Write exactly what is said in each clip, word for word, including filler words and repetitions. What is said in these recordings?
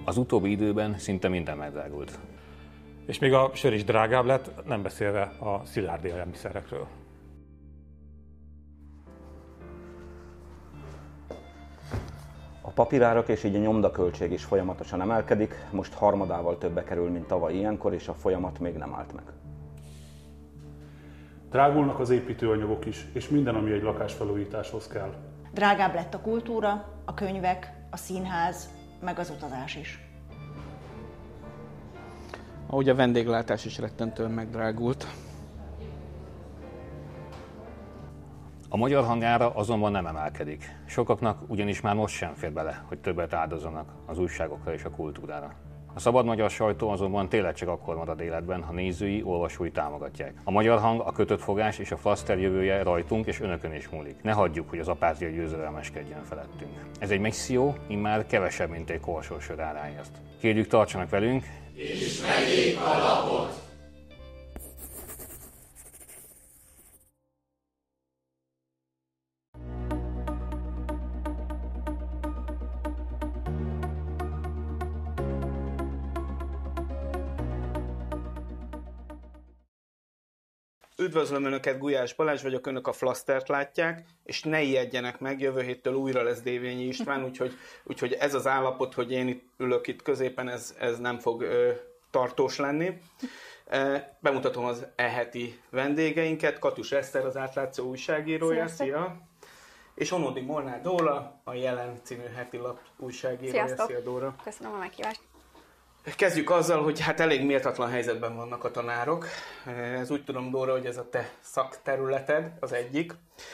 Az utóbbi időben szinte minden megdrágult. És még a sör is drágább lett, nem beszélve a szilárd élelmiszerekről. A papírárak és így a nyomdaköltség is folyamatosan emelkedik, most harmadával többe kerül, mint tavaly ilyenkor, és a folyamat még nem állt meg. Drágulnak az építőanyagok is, és minden, ami egy lakásfelújításhoz kell. Drágább lett a kultúra, a könyvek, a színház, meg az utazás is. Ahogy a vendéglátás is rettentően megdrágult. A magyar hangára azonban nem emelkedik. Sokaknak ugyanis már most sem fér bele, hogy többet áldozzanak az újságokra és a kultúrára. A szabad magyar sajtó azonban tényleg csak akkor marad életben, ha nézői, olvasói támogatják. A magyar hang, a kötött fogás és a flaszter jövője rajtunk és önökön is múlik. Ne hagyjuk, hogy az apátia győzedelmeskedjen felettünk. Ez egy misszió, immár kevesebb, mint egy korsósör áráért. Kérjük, tartsanak velünk, és vegyék a lapot! Üdvözlöm Önöket, Gulyás Balázs vagyok, Önök a Flasztert látják, és ne ijedjenek meg, jövő héttől újra lesz Dévényi István, úgyhogy, úgyhogy ez az állapot, hogy én itt ülök itt középen, ez, ez nem fog ö, tartós lenni. E, bemutatom az e-heti vendégeinket, Katus Eszter, az Átlátszó újságírója, szia! És Onodi Molnár Dóra, a Jelen című heti lap újságírója, Sziasztok. Szia Dóra! Köszönöm a meghívást! Kezdjük azzal, hogy hát elég méltatlan helyzetben vannak a tanárok. Ez úgy tudom, Dóra, hogy ez a te szakterületed, az egyik.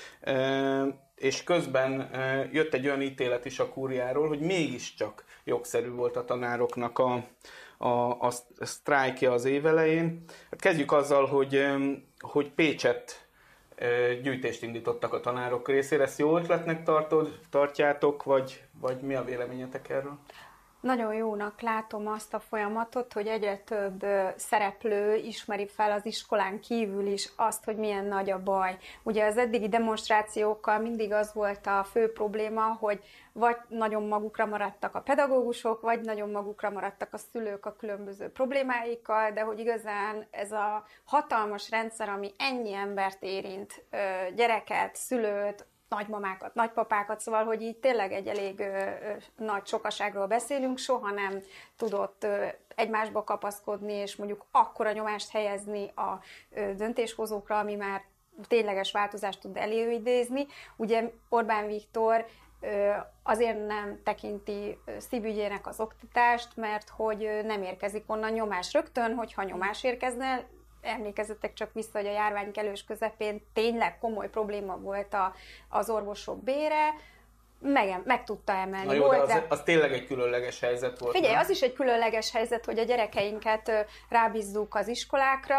És közben jött egy olyan ítélet is a kúriáról, hogy mégiscsak jogszerű volt a tanároknak a, a, a sztrájkja az évelején. Hát kezdjük azzal, hogy, hogy Pécsett gyűjtést indítottak a tanárok részére. Ezt jó ötletnek tartod, tartjátok, vagy, vagy mi a véleményetek erről? Nagyon jónak látom azt a folyamatot, hogy egyre több szereplő ismeri fel az iskolán kívül is azt, hogy milyen nagy a baj. Ugye az eddigi demonstrációkkal mindig az volt a fő probléma, hogy vagy nagyon magukra maradtak a pedagógusok, vagy nagyon magukra maradtak a szülők a különböző problémáikkal, de hogy igazán ez a hatalmas rendszer, ami ennyi embert érint, gyereket, szülőt, nagymamákat, nagypapákat, szóval, hogy így tényleg egy elég ö, ö, nagy sokaságról beszélünk, soha nem tudott ö, egymásba kapaszkodni, és mondjuk akkora nyomást helyezni a ö, döntéshozókra, ami már tényleges változást tud előidézni. Ugye Orbán Viktor ö, azért nem tekinti szívügyének az oktatást, mert hogy nem érkezik onnan nyomás rögtön, hogyha nyomás érkezne. Emlékezzetek csak vissza, hogy a járvány kellős közepén tényleg komoly probléma volt a, az orvosok bére, meg, meg tudta emelni. Na jó, volt, de az, az tényleg egy különleges helyzet volt. Figyelj, nem? az is egy különleges helyzet, hogy a gyerekeinket rábízzuk az iskolákra,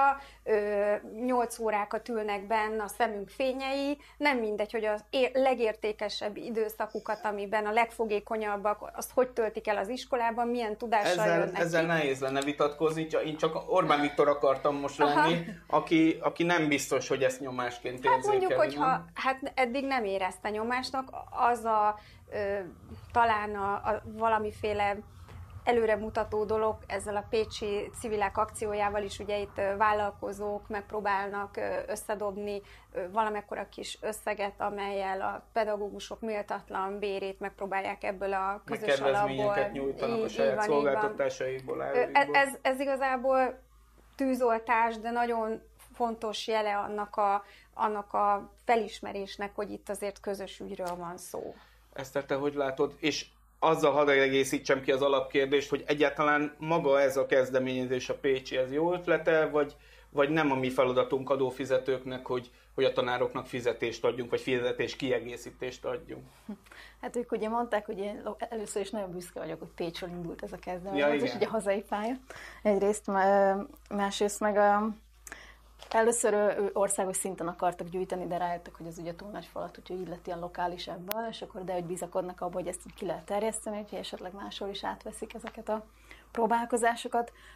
nyolc órákat ülnek benn a szemünk fényei, nem mindegy, hogy a legértékesebb időszakukat, amiben a legfogékonyabbak, azt hogy töltik el az iskolában, milyen tudással ezzel, jönnek ezzel ki. nehéz lenne vitatkozni, én csak Orbán Viktor akartam most lenni, aki, aki nem biztos, hogy ezt nyomásként érzékeli. Hát mondjuk, hogyha hát eddig nem érezte nyomásnak, az a Ö, talán a, a valamiféle előremutató dolog ezzel a pécsi civilek akciójával is, ugye itt vállalkozók megpróbálnak összedobni valamekkora kis összeget, amellyel a pedagógusok méltatlan bérét megpróbálják ebből a közös alapból. Nyújtanak a saját szolgáltatásaikból. Ez, ez, ez igazából tűzoltás, de nagyon fontos jele annak a, annak a felismerésnek, hogy itt azért közös ügyről van szó. Eszter, te hogy látod? És azzal hadd egészítsem ki az alapkérdést, hogy egyáltalán maga ez a kezdeményezés a pécsi, ez jó ötlete, vagy, vagy nem a mi feladatunk adófizetőknek, hogy, hogy a tanároknak fizetést adjunk, vagy fizetés kiegészítést adjunk? Hát ők ugye mondták, hogy én először is nagyon büszke vagyok, hogy Pécsről indult ez a kezdeményezés, ja, ugye a hazai pálya. Egyrészt, másrészt meg a először ő országos szinten akartak gyűjteni, de rájöttek, hogy ez ugye túl nagy falat, úgyhogy így lett ilyen lokális ebből, és akkor de hogy bizakodnak abban, hogy ezt ki lehet terjeszteni, hogy esetleg máshol is átveszik ezeket a próbálkozásokat.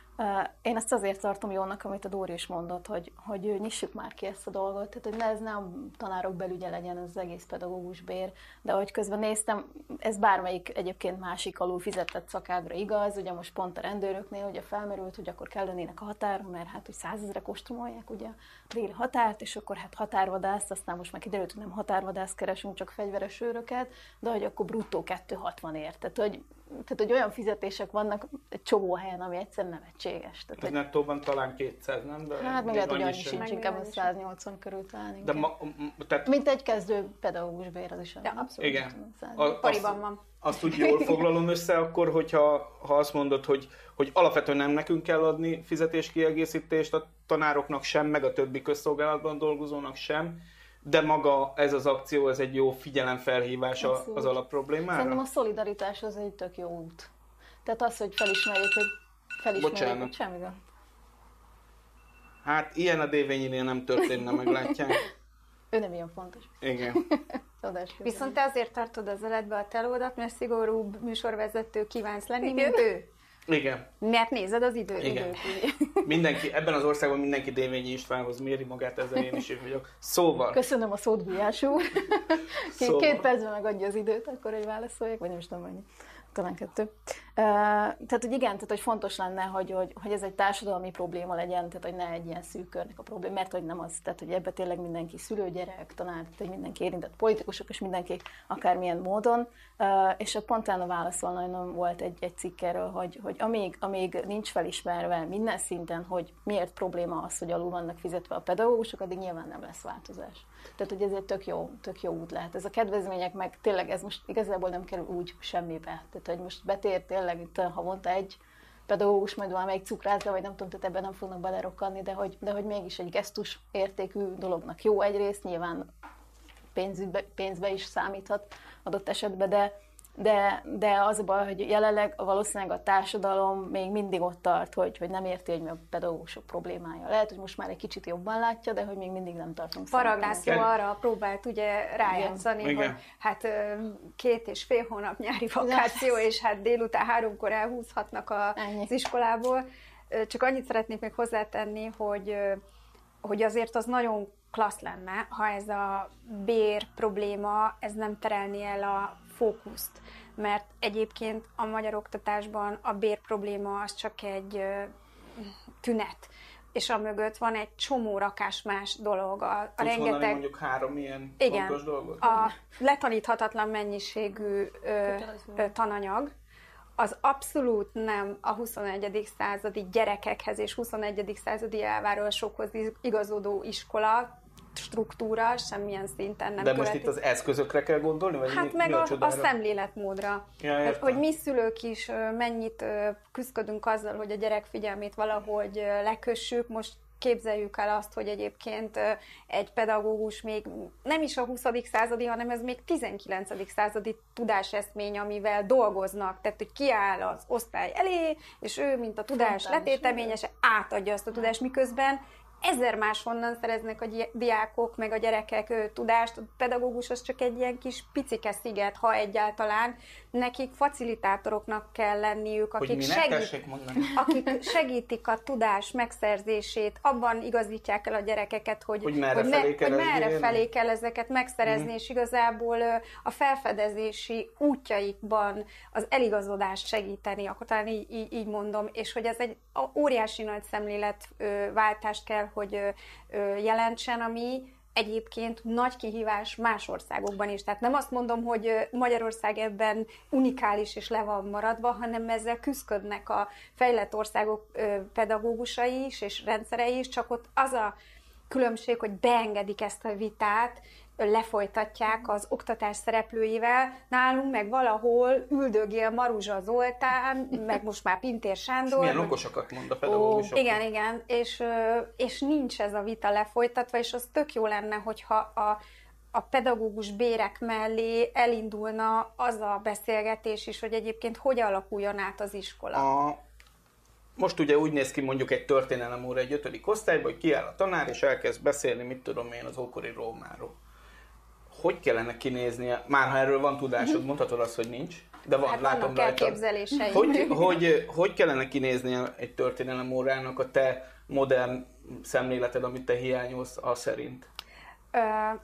Én ezt azért tartom jónak, amit a Dóri is mondott, hogy, hogy nyissuk már ki ezt a dolgot, tehát hogy ne, ez nem tanárok belügye legyen az egész pedagógus bér, de ahogy közben néztem, ez bármelyik egyébként másik alul fizetett szakágra igaz, ugye most pont a rendőröknél ugye felmerült, hogy akkor kell lennének a határon, mert hát hogy százezrek ostromolják ugye a déli határt, és akkor hát határvadász, aztán most már kiderült, hogy nem határvadász keresünk, csak fegyveres őröket, de hogy akkor bruttó kettő hatvanért, tehát hogy Tehát, hogy olyan fizetések vannak egy csomó helyen, ami egyszerűen nevetséges. Tehát, ez nettóban talán kétszáz, nem? De hát meg lehet, hogy annyi sincs, inkább a száznyolcvan körül talán. De ma, tehát... Mint egy kezdő pedagógus bér, az is. De abszolút. Igen. Pariban van. Azt úgy jól foglalom össze akkor, hogyha ha azt mondod, hogy, hogy alapvetően nem nekünk kell adni fizetéskiegészítést a tanároknak sem, meg a többi közszolgálatban dolgozónak sem, de maga ez az akció, ez egy jó figyelemfelhívás Abszolút. az alapproblémára? Szerintem a szolidaritás az egy tök jó út. Tehát az, hogy felismerjük, hogy felismerjük, hogy semmi gond. Hát ilyen a Dévényinél nem történne, meglátják. Ő nem ilyen fontos. Igen. Viszont te azért tartod az életbe a telódat, mert szigorúbb műsorvezető kívánsz lenni, mint ő. Igen. Mert nézed az idő, időt. Mindenki, ebben az országban mindenki Dévényi Istvánhoz méri magát, ezzel én is vagyok. Szóval. Köszönöm a szót, Gulyás úr. Szóval. Két percben megadja az időt, akkor hogy válaszoljak, vagy nem is tudom mennyi. Talán kettő. Uh, tehát, hogy igen, tehát, hogy fontos lenne, hogy, hogy, hogy ez egy társadalmi probléma legyen, tehát, hogy ne egy ilyen szűk körnek a probléma, mert hogy nem az, tehát, hogy ebbe tényleg mindenki szülő, gyerek, tanár, tehát, hogy mindenki érintett, politikusok, és mindenki akármilyen módon. Uh, és a pontán a válaszolnajnom volt egy, egy cikk erről, hogy, hogy amíg, amíg nincs felismerve minden szinten, hogy miért probléma az, hogy alul vannak fizetve a pedagógusok, addig nyilván nem lesz változás. Tehát, hogy ez egy tök jó, tök jó út lehet. Ez a kedvezmények meg tényleg ez most igazából nem kerül úgy semmibe. Tehát, hogy most betér tényleg itt havonta egy pedagógus, majd valamelyik cukrászda, vagy nem tudom, tehát ebben nem fognak belerokkanni, de hogy, de hogy mégis egy gesztus értékű dolognak jó egyrészt, nyilván pénzbe, pénzbe is számíthat adott esetben, de De, de az a baj, hogy jelenleg valószínűleg a társadalom még mindig ott tart, hogy, hogy nem érti, hogy mi a pedagógusok problémája. Lehet, hogy most már egy kicsit jobban látja, de hogy még mindig nem tartunk Farag László arra próbált ugye rájátszani, Igen. hogy Igen. hát két és fél hónap nyári vakáció, és hát délután háromkor elhúzhatnak az iskolából. Csak annyit szeretnék még hozzátenni, hogy, hogy azért az nagyon klassz lenne, ha ez a bér probléma, ez nem terelni el a fókuszt, mert egyébként a magyar oktatásban a bér probléma az csak egy tünet, és amögött van egy csomó rakás más dolog. A, a Tudsz rengeteg... mondani mondjuk három ilyen Igen, fontos dolgot? A letaníthatatlan mennyiségű ö, ö, tananyag, az abszolút nem a huszonegyedik századi gyerekekhez és huszonegyedik századi elvárásokhoz igazodó iskola, struktúra, semmilyen szinten nem De követi. most itt az eszközökre kell gondolni? Vagy hát mi, meg mi a, a, a szemléletmódra. Ja, hát, hogy mi szülők is mennyit küzdködünk azzal, hogy a gyerek figyelmét valahogy lekössük. Most képzeljük el azt, hogy egyébként egy pedagógus még nem is a huszadik századi, hanem ez még tizenkilencedik századi tudáseszmény, amivel dolgoznak. Tehát, hogy kiáll az osztály elé, és ő, mint a tudás letéteményese, átadja azt a tudást, miközben ezer máshonnan szereznek a diákok, meg a gyerekek tudást. A pedagógus az csak egy ilyen kis picike sziget, ha egyáltalán. Nekik facilitátoroknak kell lenniük, akik, segít, akik segítik a tudás megszerzését, abban igazítják el a gyerekeket, hogy, hogy merre, hogy, felé, ne, kell hogy merre felé kell ezeket megszerezni, mm. és igazából a felfedezési útjaikban az eligazodást segíteni, akkor talán így, így, így mondom, és hogy ez egy óriási nagy szemléletváltást kell, hogy jelentsen, ami egyébként nagy kihívás más országokban is. Tehát nem azt mondom, hogy Magyarország ebben unikális és le van maradva, hanem ezzel küzdködnek a fejlett országok pedagógusai is és rendszerei is, csak ott az a különbség, hogy beengedik ezt a vitát, lefolytatják az oktatás szereplőivel, nálunk meg valahol üldögél Maruzsa Zoltán, meg most már Pintér Sándor. Milyen okosakat mond a pedagógusok. Igen, igen, és, és nincs ez a vita lefolytatva, és az tök jó lenne, hogyha a, a pedagógus bérek mellé elindulna az a beszélgetés is, hogy egyébként hogy alakuljon át az iskola. A... Most ugye úgy néz ki mondjuk egy történelem óra egy ötödik osztályban, hogy kiáll a tanár, és elkezd beszélni, mit tudom én, az ókori Rómáról. hogy kellene kinéznie, már ha erről van tudásod, mondhatod azt, hogy nincs, de van, hát látom vannak rajta. elképzelései. Hogy, hogy, hogy kellene kinéznie egy történelemórának a te modern szemléleted, amit te hiányolsz, az szerint? Ö,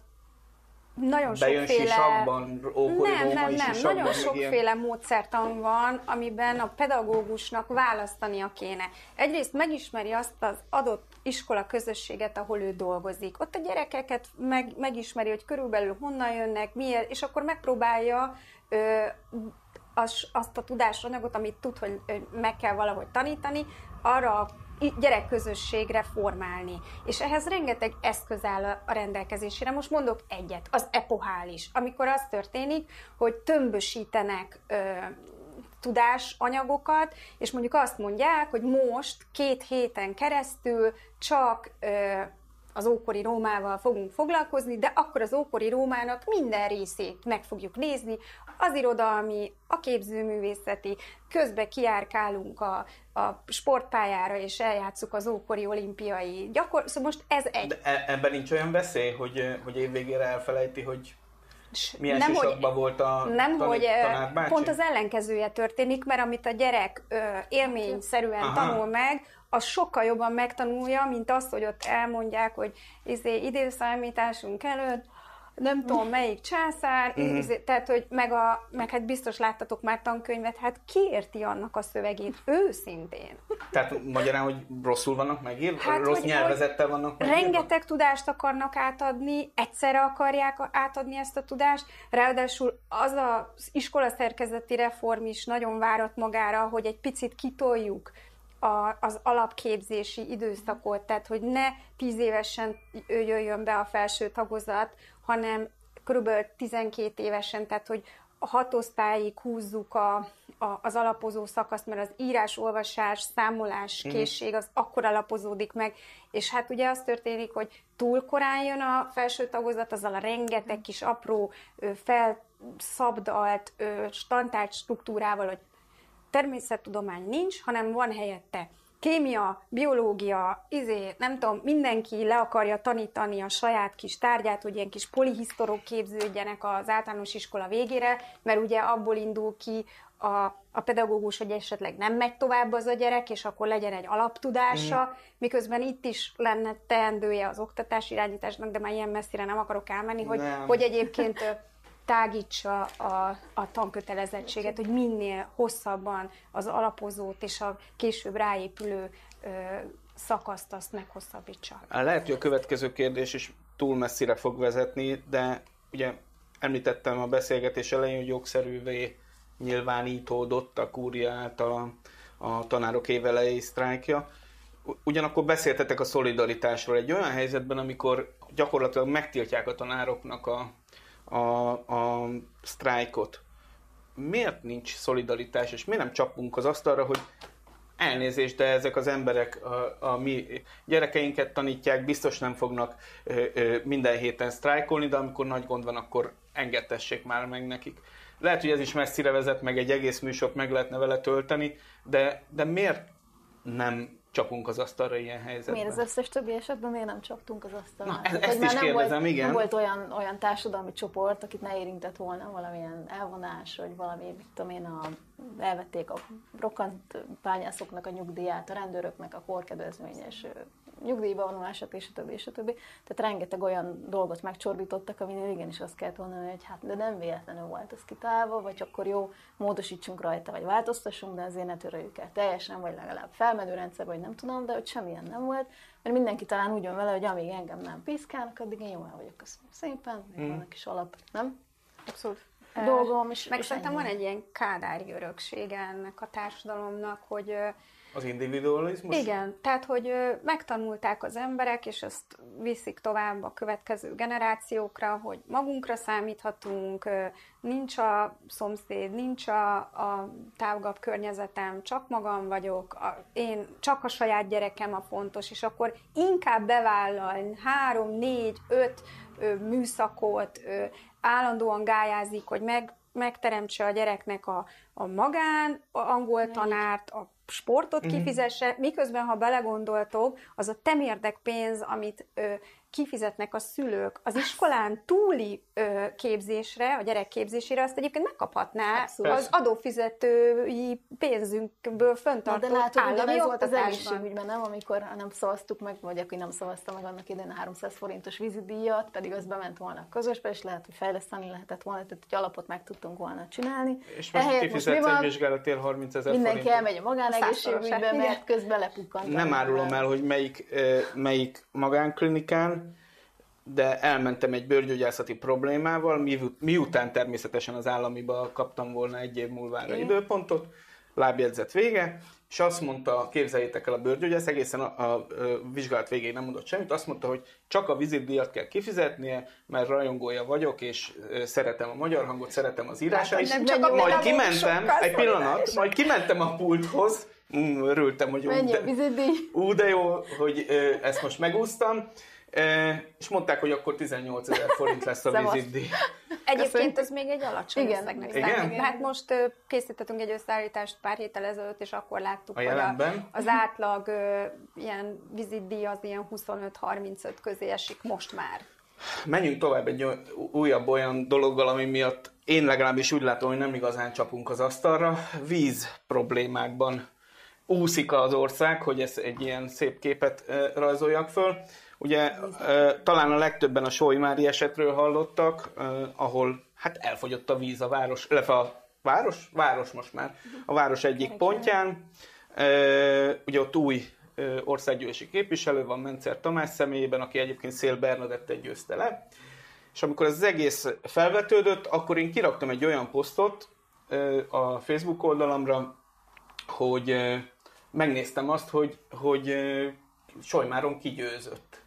nagyon Bejön sokféle... sisakban, ókori nem, római nem, nem. sisakban, Nagyon sokféle ilyen... módszertan van, amiben a pedagógusnak választania kéne. Egyrészt megismeri azt az adott iskola közösséget, ahol ő dolgozik. Ott a gyerekeket meg, megismeri, hogy körülbelül honnan jönnek, miért, és akkor megpróbálja ö, az, azt a tudásanyagot, amit tud, hogy meg kell valahogy tanítani, arra a gyerekközösségre formálni. És ehhez rengeteg eszköz áll a rendelkezésére. Most mondok egyet, az epohális, amikor az történik, hogy tömbösítenek ö, tudásanyagokat, és mondjuk azt mondják, hogy most két héten keresztül csak ö, az ókori Rómával fogunk foglalkozni, de akkor az ókori Rómának minden részét meg fogjuk nézni, az irodalmi, a képzőművészeti, közben kiárkálunk a, a sportpályára, és eljátszuk az ókori olimpiai gyakor... Szóval most ez egy... De e- ebben nincs olyan veszély, hogy, hogy évvégére elfelejti, hogy milyen nem, sisakban hogy, volt a nem, tanít, hogy tanárbácsi? Pont az ellenkezője történik, mert amit a gyerek ö, élményszerűen Aha. tanul meg, az sokkal jobban megtanulja, mint azt, hogy ott elmondják, hogy izé, időszámításunk előtt nem tudom, melyik császár, uh-huh. izé, tehát, hogy meg, a, meg hát biztos láttatok már tankönyvet, hát ki érti annak a szövegét őszintén? Tehát magyarán, hogy rosszul vannak megírva? Hát, rossz hogy, nyelvezettel vannak megírva? Rengeteg tudást akarnak átadni, egyszerre akarják átadni ezt a tudást, ráadásul az az iskolaszerkezeti reform is nagyon várat magára, hogy egy picit kitoljuk A, az alapképzési időszakot, tehát hogy ne tíz évesen jöjjön be a felső tagozat, hanem kb. tizenkét évesen, tehát hogy a hatosztályig húzzuk a, a, az alapozó szakaszt, mert az írás, olvasás, számolás készség az akkor alapozódik meg, és hát ugye az történik, hogy túl korán jön a felső tagozat, azzal a rengeteg kis apró, felszabdalt, standard struktúrával, hogy természettudomány nincs, hanem van helyette kémia, biológia, izé, nem tudom, mindenki le akarja tanítani a saját kis tárgyát, hogy ilyen kis polihisztorok képződjenek az általános iskola végére, mert ugye abból indul ki a, a pedagógus, hogy esetleg nem megy tovább az a gyerek, és akkor legyen egy alaptudása, mm. miközben itt is lenne teendője az oktatás irányításnak, de már ilyen messzire nem akarok elmenni, hogy, hogy egyébként tágítsa a, a tankötelezettséget, hogy minél hosszabban az alapozót és a később ráépülő ö, szakaszt azt meghosszabbítsa. Lehet, hogy a következő kérdés is túl messzire fog vezetni, de ugye említettem a beszélgetés elején, hogy jogszerűvé nyilvánítódott a kúria által a, a tanárok évelejei sztrájkja. Ugyanakkor beszéltetek a szolidaritásról egy olyan helyzetben, amikor gyakorlatilag megtiltják a tanároknak a A, a sztrájkot. Miért nincs szolidaritás, és miért nem csapunk az asztalra, hogy elnézést, de ezek az emberek a, a mi gyerekeinket tanítják, biztos nem fognak ö, ö, minden héten sztrájkolni, de amikor nagy gond van, akkor engedtessék már meg nekik. Lehet, hogy ez is messzire vezet, meg egy egész műsort meg lehetne vele tölteni, de, de miért nem csapunk az asztalra ilyen helyzetben? Miért az összes többi esetben miért nem csaptunk az asztalra? Na, ezt, ezt is nem kérdezem, volt, igen. Nem volt olyan, olyan társadalmi csoport, akit ne érintett volna valamilyen elvonás, vagy valami, mit tudom én, a, elvették a rokkant bányászoknak a nyugdíját, a rendőröknek a korkedvezményes nyugdíjba vonulását, és a többi, és a többi. Tehát rengeteg olyan dolgot megcsorbítottak, aminél igenis azt kellett volna, hogy hát de nem véletlenül volt ez kitalálva, vagy akkor jó, módosítsunk rajta, vagy változtassunk, de azért ne töröljük el teljesen, vagy legalább felmenő rendszer, vagy nem tudom, de hogy semmilyen nem volt, mert mindenki talán úgy van vele, hogy amíg engem nem piszkálnak, addig én jól vagyok, köszönöm szépen, még mm. vannak is alap, nem? Abszolút. Dolgom is. Meg szerintem van egy ilyen kádári öröksége ennek a társadalomnak, hogy az individualizmus? Igen, tehát, hogy megtanulták az emberek, és ezt viszik tovább a következő generációkra, hogy magunkra számíthatunk, nincs a szomszéd, nincs a, a távolabb környezetem, csak magam vagyok, a, én csak a saját gyerekem a fontos, és akkor inkább bevállal három, négy, öt műszakot, állandóan gályázik, hogy meg, megteremtse a gyereknek a, a magán, a angol tanárt, a sportot kifizesse, miközben, ha belegondoltok, az a temérdek pénz, amit ö, kifizetnek a szülők, az iskolán túli képzésre, a gyerek képzésére, azt egyébként megkaphatná Abszolút. az adófizetői pénzünkből föntartott de látod, állami volt az oktatásban. egészségügyben, nem? Amikor nem szavaztuk meg, vagy aki nem szavazta meg annak idején a háromszáz forintos vízidíjat, pedig az bement volna a közösbe, és lehet, hogy fejleszteni lehetett volna, tehát egy alapot meg tudtunk volna csinálni. És most kifizetsz egy vizsgálatért harmincezer forintot. Mindenki elmegy a magánegészségügybe, mert közben lepukkant. Nem árulom el, hogy melyik, melyik magánklinikán, de elmentem egy bőrgyógyászati problémával, miután természetesen az államiba kaptam volna egy év múlvára időpontot, lábjegyzet vége, és azt mondta, képzeljétek el, a bőrgyógyász egészen a, a, a vizsgálat végéig nem mondott semmit, azt mondta, hogy csak a vizitdíjat kell kifizetnie, mert rajongója vagyok, és szeretem a magyar hangot, szeretem az írását. Majd kimentem, egy pillanat, majd kimentem a pulthoz, mm, örültem, hogy ú, de, ú, de jó, hogy ö, ezt most megúsztam, E, és mondták, hogy akkor tizennyolcezer forint lesz a vizitdíj. Egyébként ez még egy alacsony összegnek számít. Hát most uh, készítettünk egy összeállítást pár héttel ezelőtt, és akkor láttuk, a hogy a, az átlag uh, ilyen vizitdíj az ilyen huszonöt-harmincöt közé esik most már. Menjünk tovább egy újabb olyan dologgal, ami miatt én legalábbis úgy látom, hogy nem igazán csapunk az asztalra. Víz problémákban úszik az ország, hogy ezt egy ilyen szép képet uh, rajzoljak föl. Ugye talán a legtöbben a Solymári esetről hallottak, ahol hát elfogyott a víz a város, illetve a város, város most már, a város egyik pontján. Ugye ott új országgyűlési képviselő van Mencer Tamás személyében, aki egyébként Szél Bernadettet győzte le. És amikor ez az egész felvetődött, akkor én kiraktam egy olyan posztot a Facebook oldalamra, hogy megnéztem azt, hogy, hogy Solymáron kigyőzött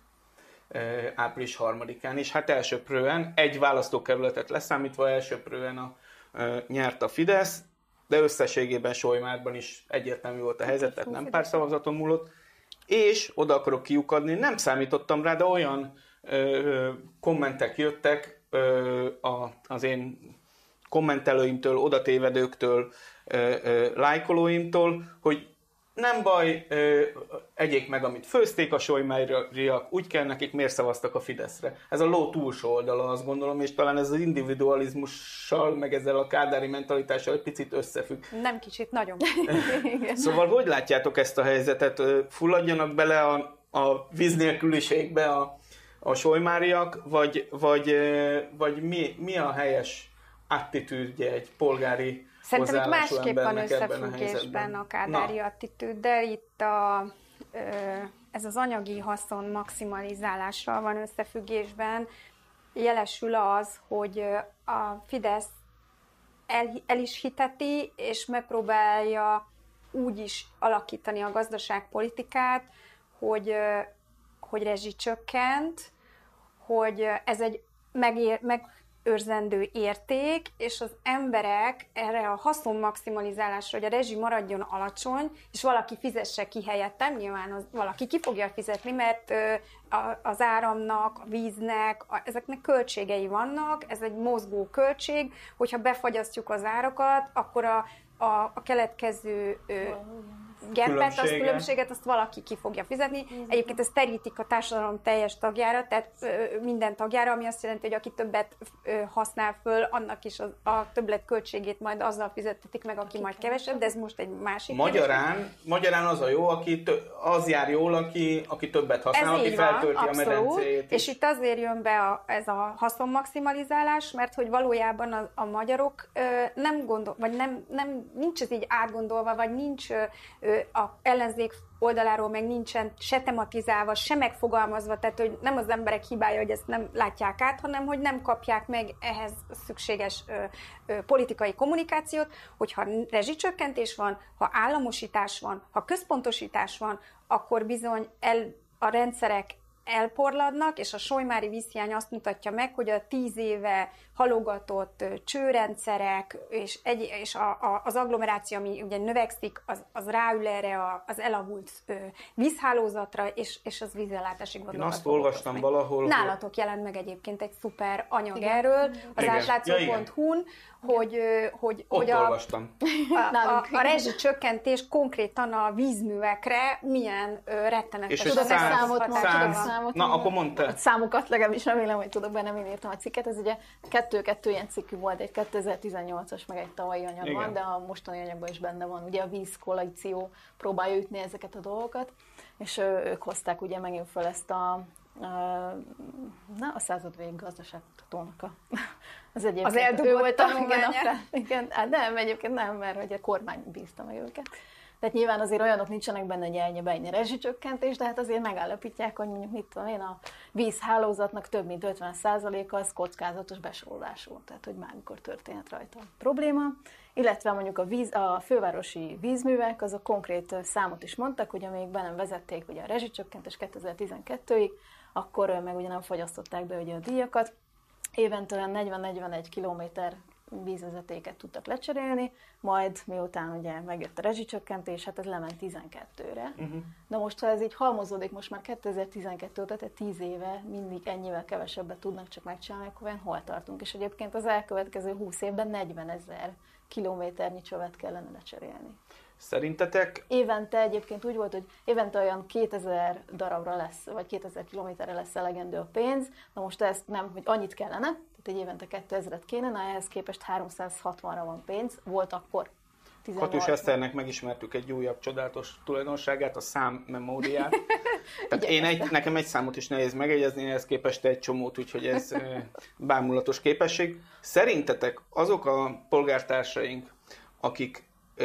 április harmadikán, és hát elsöprően, egy választókerületet leszámítva elsöprően a, e, nyert a Fidesz, de összességében Solymárban is egyértelmű volt a helyzet, tehát nem pár szavazaton múlott, és oda akarok kiukadni, nem számítottam rá, de olyan ö, kommentek jöttek ö, a, az én kommentelőimtől, odatévedőktől, ö, ö, lájkolóimtól, hogy nem baj, ö, egyék meg, amit főzték a solymáriak, úgy kell nekik, miért szavaztak a Fideszre. Ez a ló túlsó oldala, azt gondolom, és talán ez az individualizmussal, meg ezzel a kádári mentalitással egy picit összefügg. Nem kicsit, nagyon. Szóval hogy látjátok ezt a helyzetet? Fulladjanak bele a, a víz nélküliségbe a, a solymáriak, vagy, vagy, vagy mi, mi a helyes attitűdje egy polgári Szerintem itt másképp van összefüggésben a, a kádári attitűddel. Itt a, ez az anyagi haszon maximalizálással van összefüggésben. Jelesül az, hogy a Fidesz el, el is hiteti, és megpróbálja úgy is alakítani a gazdaságpolitikát, hogy, hogy rezsicsökkent, hogy ez egy megér, meg őrzendő érték, és az emberek erre a haszonmaximalizálásra, hogy a rezsi maradjon alacsony, és valaki fizesse ki helyettem, nyilván az, valaki ki fogja fizetni, mert ö, a, az áramnak, a víznek, a, ezeknek költségei vannak, ez egy mozgó költség, hogyha befagyasztjuk az árakat, akkor a, a, a keletkező ö, gepet, az különbséget, azt valaki ki fogja fizetni. Egyébként ez terítik a társadalom teljes tagjára, tehát ö, minden tagjára, ami azt jelenti, hogy aki többet ö, használ föl, annak is az, a többlet költségét majd azzal fizettetik meg, aki majd kevesebb, de ez most egy másik Magyarán, kérdés. Magyarán az a jó, aki tö, az jár jól, aki, aki többet használ, ez aki feltölti van, a medencéjét. És itt azért jön be a, ez a haszonmaximalizálás, mert hogy valójában a, a magyarok ö, nem gondol, vagy nem, nem, nincs ez így átgondolva, vagy nincs ö, a ellenzék oldaláról meg nincsen se tematizálva, se megfogalmazva, tehát hogy nem az emberek hibája, hogy ezt nem látják át, hanem hogy nem kapják meg ehhez szükséges ö, ö, politikai kommunikációt, hogyha rezsicsökkentés van, ha államosítás van, ha központosítás van, akkor bizony el, a rendszerek elporladnak, és a solymári vízhiány azt mutatja meg, hogy a tíz éve halogatott csőrendszerek és, egy, és a, a, az agglomeráció, ami ugye növekszik, az, az ráül erre a, az elavult ö, vízhálózatra, és, és az vízellátási gondolatot. Én azt olvastam meg. valahol... Nálatok jelent meg egyébként egy szuper anyag igen. erről, az átlátszó pont hu-n, hogy, hogy, Ott hogy a, olvastam. A, a, a rezsicsökkentés konkrétan a vízművekre milyen ö, rettenetes és számot számot. Na, akkor mondta. A számokat legalábbis remélem, hogy tudok benne, én írtam a cikket. Ez ugye kettő-kettő ilyen cikkű volt, egy kétezer-tizennyolcas, meg egy tavalyi anyag Igen. van, de a mostani anyagban is benne van. Ugye a vízkoalíció próbálja ütni ezeket a dolgokat, és ők hozták ugye megint fel ezt a na, a század végig gazdaságkutatónak a, az egyébként az eldugott tanulmányát. Igen, hát nem, egyébként nem, mert hogy a kormány bízta meg őket. Tehát nyilván azért olyanok nincsenek benne, hogy ennyi-bennyi rezsicsökkentés, de hát azért megállapítják, hogy mondjuk mit tudom én, a vízhálózatnak több mint ötven százaléka az kockázatos besorolású, tehát hogy bármikor történhet rajta probléma. Illetve mondjuk a, víz, a fővárosi vízművek, azok konkrét számot is mondtak, hogy amíg be nem vezették ugye a rezsicsökkentés kétezer-tizenkettőig, akkor meg ugye nem fogyasztották be ugye a díjakat. Évente olyan negyven-negyvenegy kilométer vízvezetéket tudtak lecserélni, majd miután ugye megjött a rezsicsökkentés, hát ez lement tizenkettőre. Uh-huh. De most, ha ez így halmozódik, most már kétezer-tizenkettő óta, tehát tíz éve mindig ennyivel kevesebbet tudnak csak megcsinálni, akkor hol tartunk. És egyébként az elkövetkező húsz évben negyvenezer kilométernyi csövet kellene lecserélni. Szerintetek? Évente egyébként úgy volt, hogy évente olyan kétezer darabra lesz, vagy kétezer kilométerre lesz elegendő a pénz. Na most ezt nem, hogy annyit kellene, tehát egy évente kétezret kéne, na ehhez képest háromszázhatvanra van pénz, volt akkor. Katus Eszternek megismertük egy újabb csodálatos tulajdonságát, a számmemóriát. Tehát én egy, nekem egy számot is nehéz megegyezni, ehhez képest egy csomót, úgyhogy ez bámulatos képesség. Szerintetek azok a polgártársaink, akik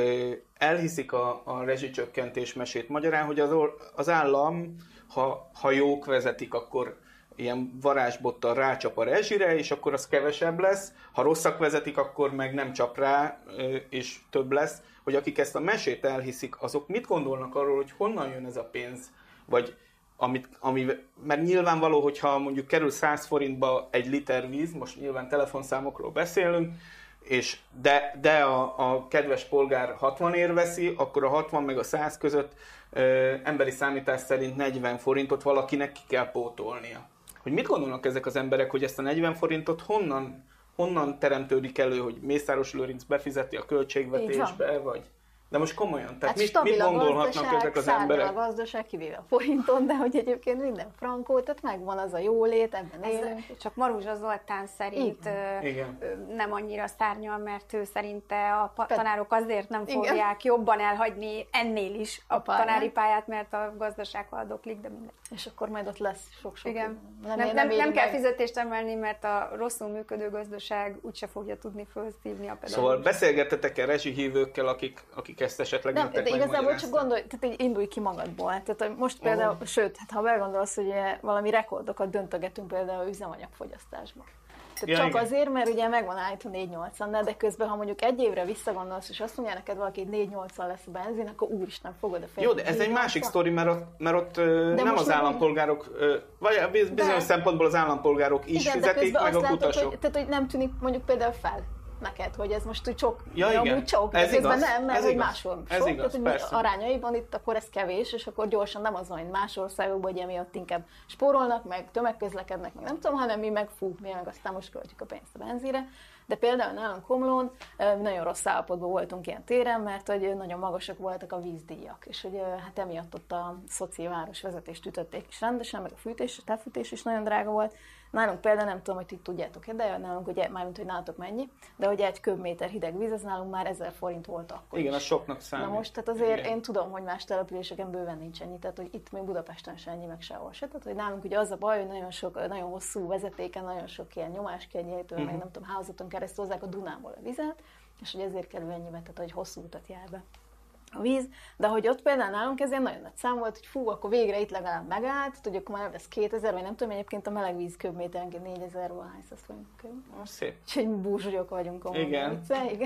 elhiszik a, a rezsicsökkentés mesét magyarán, hogy az, az állam, ha, ha jók vezetik, akkor ilyen varázsbottal rácsap a rezsire, és akkor az kevesebb lesz. Ha rosszak vezetik, akkor meg nem csap rá, és több lesz. Hogy akik ezt a mesét elhiszik, azok mit gondolnak arról, hogy honnan jön ez a pénz? Vagy amit, ami, mert nyilvánvaló, hogyha mondjuk kerül száz forintba egy liter víz, most nyilván telefonszámokról beszélünk, és de, de a, a kedves polgár hatvan ér veszi, akkor a hatvan meg a száz között ö, emberi számítás szerint negyven forintot valakinek ki kell pótolnia. Hogy mit gondolnak ezek az emberek, hogy ezt a negyven forintot honnan, honnan teremtődik elő, hogy Mészáros Lőrinc befizeti a költségvetésbe, vagy... De most komolyan, tehát hát mit, mit gondolhatnak ezek az emberek? A gazdaság, kivéve a forinton, de hogy egyébként minden frankó, tehát megvan az a jólét, ebben élünk. Csak Maruzsa Zoltán szerint Igen. nem annyira szárnyal, mert ő szerinte a pa- tanárok azért nem Igen. fogják jobban elhagyni ennél is a, A pályát. tanári pályát, mert a gazdaság haldoklik, de minden. És akkor majd ott lesz sok-sok. Igen. Nem, Nem, nem, nem, nem kell meg. fizetést emelni, mert a rosszul működő gazdaság úgyse fogja tudni felszívni a pedagógust. Szóval beszélgettetek-e rezsihívőkkel, akik, akik ezt esetleg Nem, nektek de igazából csak megmagyarázták? gondolj, tehát így indulj ki magadból. Tehát most például, uh-huh. sőt, hát ha belegondolsz, hogy valami rekordokat döntögetünk például üzemanyagfogyasztásban. Tehát Ja, csak igen. azért, mert ugye megvan állítva négy nyolcvan, de közben, ha mondjuk egy évre visszagondolsz, és azt mondja neked valaki, hogy négy nyolcvan lesz a benzin, akkor úristen, fogod a fejed. Jó, de ez egy másik sztori, mert ott, mert ott nem az állampolgárok, vagy bizonyos de, szempontból az állampolgárok is igen, fizetik, meg a látod, kutasok. hogy, tehát, hogy nem tűnik mondjuk például fel neked, hogy ez most úgy sok, ja, ja, igen. amúgy sok, Ez de közben igaz. nem, mert Ez hogy igaz. máshol Ez sok, igaz, tehát hogy persze. arányaiban itt akkor ez kevés, és akkor gyorsan nem az van, hogy más országokban, hogy emiatt inkább spórolnak, meg tömegközlekednek, meg nem tudom, hanem mi meg fú, mi meg aztán most költjük a pénzt a benzínre. De például nálunk Komlón nagyon rossz állapotban voltunk ilyen téren, mert hogy nagyon magasak voltak a vízdíjak, és hogy hát emiatt ott a szoci városvezetést ütötték is rendesen, meg a fűtés, a távfűtés is nagyon drága volt. Nálunk például nem tudom, hogy ti tudjátok, de nálunk ugye, mármint, hogy nálatok mennyi, de hogy egy köbméter hideg víz, az nálunk már ezer forint volt akkor Igen, is. az soknak számít. Na most, tehát azért Igen. én tudom, hogy más településeken bőven nincs ennyi, tehát hogy itt még Budapesten se ennyi, meg sehol se. Tehát, hogy nálunk ugye az a baj, hogy nagyon sok, nagyon hosszú vezetéken, nagyon sok ilyen nyomáskényétől, uh-huh. meg nem tudom, házaton keresztül hozzák a Dunából a vizet, és hogy ezért kerül ennyibe, tehát hogy hosszú utat jár be a víz, de hogy ott például nálunk ez nagyon nagy szám volt, hogy fú, akkor végre itt legalább megállt, hogy akkor már lesz kétezer, vagy nem tudom, egyébként a meleg víz köbméterenként négyezer-ról hányszáz forint köb. Szép. Úgyhogy búzsonyok vagyunk. Igen. Utca, igen.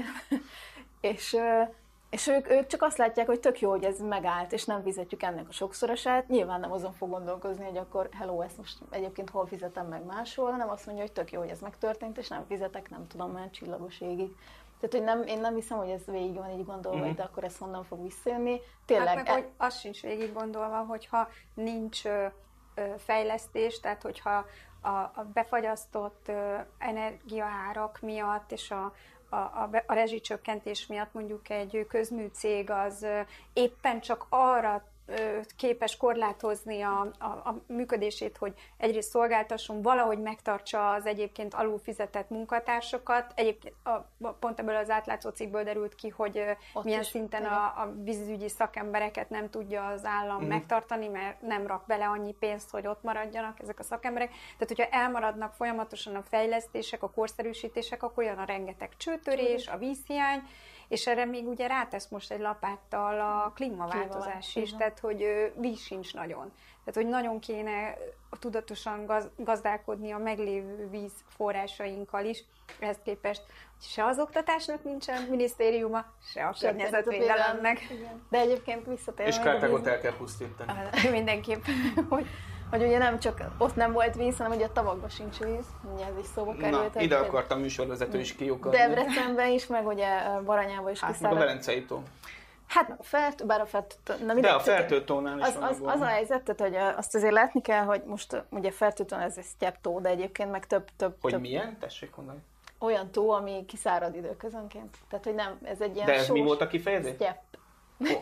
és, és ők, ők csak azt látják, hogy tök jó, hogy ez megállt, és nem fizetjük ennek a sokszorosát. Nyilván nem azon fog gondolkozni, hogy akkor hello, ezt most egyébként hol fizetem meg máshol, hanem azt mondja, hogy tök jó, hogy ez megtörtént, és nem fizetek, nem tudom, már csillagos égig. Tehát, hogy nem, én nem hiszem, hogy ez végig van így gondolva, mm-hmm. de akkor ez honnan fog visszajönni. Tényleg. Hát meg, hogy az sincs végig gondolva, hogyha nincs ö, ö, fejlesztés, tehát hogyha a, a befagyasztott ö, energiaárak miatt és a, a, a, a rezsicsökkentés miatt mondjuk egy közműcég az ö, éppen csak arra képes korlátozni a, a, a működését, hogy egyrészt szolgáltasson, valahogy megtartsa az egyébként alulfizetett munkatársokat. Egyébként a, pont ebből az átlátszó cikkből derült ki, hogy Ott milyen is, szinten a, a vízügyi szakembereket nem tudja az állam mm. megtartani, mert nem rak bele annyi pénzt, hogy ott maradjanak ezek a szakemberek. Tehát, hogyha elmaradnak folyamatosan a fejlesztések, a korszerűsítések, akkor olyan a rengeteg csőtörés, a vízhiány, és erre még ugye rátesz most egy lapáttal a klímaváltozás is, tehát hogy víz sincs nagyon. Tehát, hogy nagyon kéne tudatosan gaz, gazdálkodni a meglévő vízforrásainkkal is, ehhez képest se az oktatásnak nincsen minisztériuma, se a környezetvédelemnek. De egyébként visszatérve... És Kartágot el kell pusztítani. Mindenképpen, hogy hogy ugye nem csak ott nem volt víz, hanem ugye a tavakban sincs víz, ugye ez is szóba került. Na, ide akart a műsorvezető is kiukadni. Debrecenben is, meg ugye Baranyában is hát, kiszáradt. meg a Velencei tó. Hát a Fertő, bár a Fertő... De a Fertőtónál is az, az, az a helyzet, tehát, hogy azt azért látni kell, hogy most ugye Fertőtón ez egy sztyepp tó, de egyébként meg több... több hogy több, milyen? Tessék mondani. Olyan tó, ami kiszárad időközönként. Tehát, hogy nem, ez egy ilyen de ez sós... mi volt a kifejezés? Sztyepp. Oh.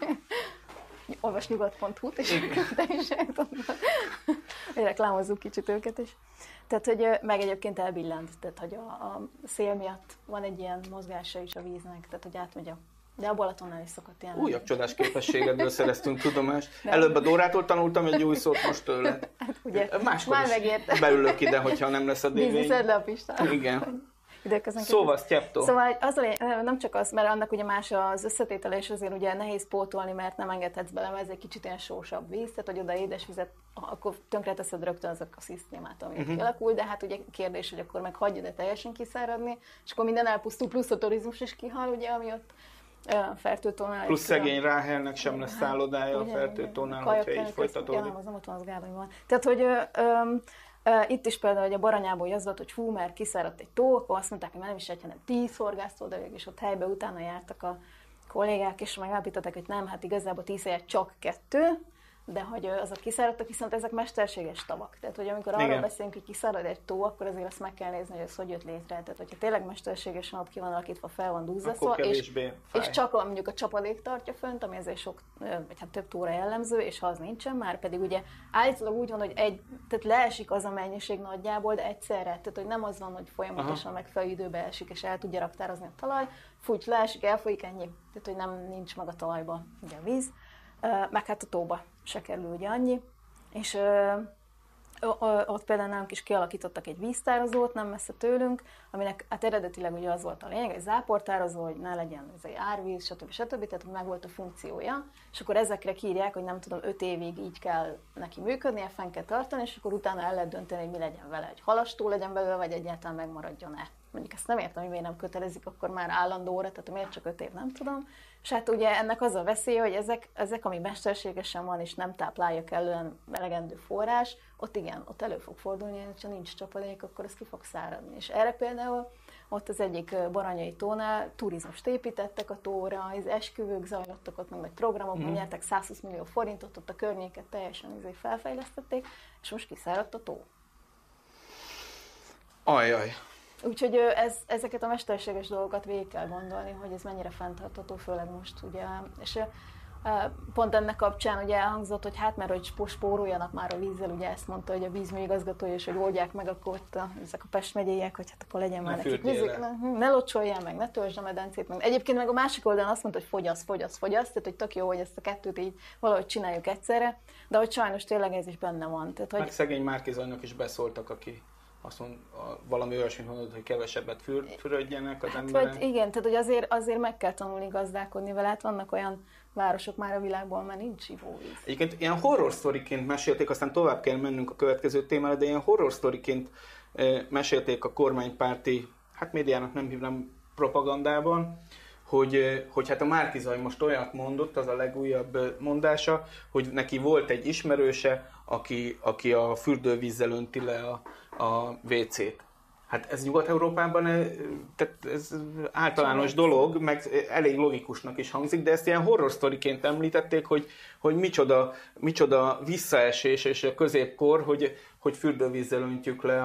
Olvas nyugat pont hu-t, és te is eltudod. Hogy reklámozzuk kicsit őket is. Tehát, hogy meg egyébként elbillent, tehát, hogy a, a szél miatt van egy ilyen mozgása is a víznek, tehát, hogy átmegy a... De a Balatonnál is szokott ilyen. Újabb csodás képességedből szereztünk tudomást. Előbb a Dórától tanultam egy új szót, most tőle. Hát ugye, máskor is belülök ide, hogyha nem lesz a dé vé. Bízniszed le a Pistán. Igen. Szóval sztyepp tó. Szóval az a, nem csak az, mert annak ugye más az összetétele, és azért ugye nehéz pótolni, mert nem engedhetsz bele, mert ez egy kicsit ilyen sósabb víz, tehát hogy oda édesvizet, akkor tönkreteszed rögtön az a szisztémát, ami uh-huh. kialakul, de hát ugye kérdés, hogy akkor meg hagyja-e teljesen kiszáradni, és akkor minden elpusztul, plusz a turizmus is kihal, ugye, ami ott a Fertőtónál. Plusz szegény Ráhelnek sem lesz szállodája a Fertőtónál, hogyha így folytatódik. Nem, az nem ott van, az Gárdonyban. Tehát, hogy um, Uh, itt is például, hogy a Baranyából az volt, hogy fú, mert kiszáradt egy tó, akkor azt mondták, hogy nem is egy, hanem tíz horgásztó, de végig is ott helyben utána jártak a kollégák, és megállapították, hogy nem, hát igazából tíz helyett csak kettő, de hogy azok kiszáradtak, viszont ezek mesterséges tavak. Tehát, hogy amikor arról beszélünk, hogy kiszárad egy tó, akkor azért azt meg kell nézni, hogy ez hogy jött létre. Tehát, hogyha tényleg mesterségesen ott ki van alakítva, fel van duzzaszva, és, és csak mondjuk a csapadék tartja fönt, ami azért sok, vagy hát több tóra jellemző, és ha az nincsen, már pedig ugye állítólag úgy van, hogy egy, tehát leesik az a mennyiség nagyjából, de egyszerre. Tehát, hogy nem az van, hogy folyamatosan megfelelő időbe esik, és el tudja raktározni a talaj, fújt, leesik, elfolyik, ennyi. Tehát, hogy nem nincs meg a talajba ugye a víz, meg hát a tóba se kerül ugye annyi, és ö, ö, ö, ott például nálunk is kialakítottak egy víztározót, nem messze tőlünk, aminek hát eredetileg ugye az volt a lényeg, egy záportározó, hogy ne legyen ez egy árvíz, stb. stb. Tehát meg volt a funkciója, és akkor ezekre kiírják, hogy nem tudom, öt évig így kell neki működnie, fenn kell tartani, és akkor utána el lehet dönteni, hogy mi legyen vele, egy halastó legyen belőle, vagy egyáltalán megmaradjon-e. Mondjuk ezt nem értem, hogy miért nem kötelezik akkor már állandóra, tehát miért csak öt év, nem tudom. És hát ugye ennek az a veszélye, hogy ezek, ezek ami mesterségesen van, és nem táplálja kellően elegendő forrás, ott igen, ott elő fog fordulni, hogy ha nincs csapadék, akkor ez ki fog száradni. És erre például ott az egyik Baranyai tónál turizmust építettek a tóra, az esküvők zajlottak ott, meg nagy programok, mm. nyertek százhúsz millió forintot, ott a környéket teljesen felfejlesztették, és most kiszáradt a tó. Ajaj. Úgyhogy ez, ezeket a mesterséges dolgokat végig kell gondolni, hogy ez mennyire fenntartható, főleg most, ugye. És pont ennek kapcsán ugye elhangzott, hogy hát mert hogy spóroljanak már a vízzel, ugye ezt mondta, hogy a vízműigazgatója, és hogy oldják meg akkor ott a, ezek a Pest megyeiek, hogy hát akkor legyen már nekik vízük, ne, ne locsoljál meg, ne töltsd a medencét meg. Egyébként meg a másik oldalon azt mondta, hogy fogyasz, fogyasz, fogyasz, tehát hogy tök jó, hogy ezt a kettőt így valahogy csináljuk egyszerre, de hogy sajnos tényleg ez is benne van. Tehát, hogy... Meg szegény Márki-Zajnak is beszóltak, aki azt mond, valami olyasmit mondod, hogy kevesebbet für, fürödjenek az hát, emberek. Vagy igen, tehát hogy azért, azért meg kell tanulni gazdálkodni vele, hát vannak olyan városok már a világban, már nincs ivóvíz. Egyébként ilyen horror sztoriként mesélték, aztán tovább kell mennünk a következő témára, de ilyen horror sztoriként mesélték a kormánypárti, hát médiának nem hívnám propagandában, hogy, hogy hát a Márki-Zaj most olyat mondott, az a legújabb mondása, hogy neki volt egy ismerőse, aki, aki a fürdővízzel önti le a, a vé cét. Hát ez Nyugat-Európában tehát ez általános dolog, meg elég logikusnak is hangzik, de ezt ilyen horror sztoriként említették, hogy, hogy micsoda, micsoda visszaesés és a középkor, hogy, hogy fürdővízzel öntjük le a,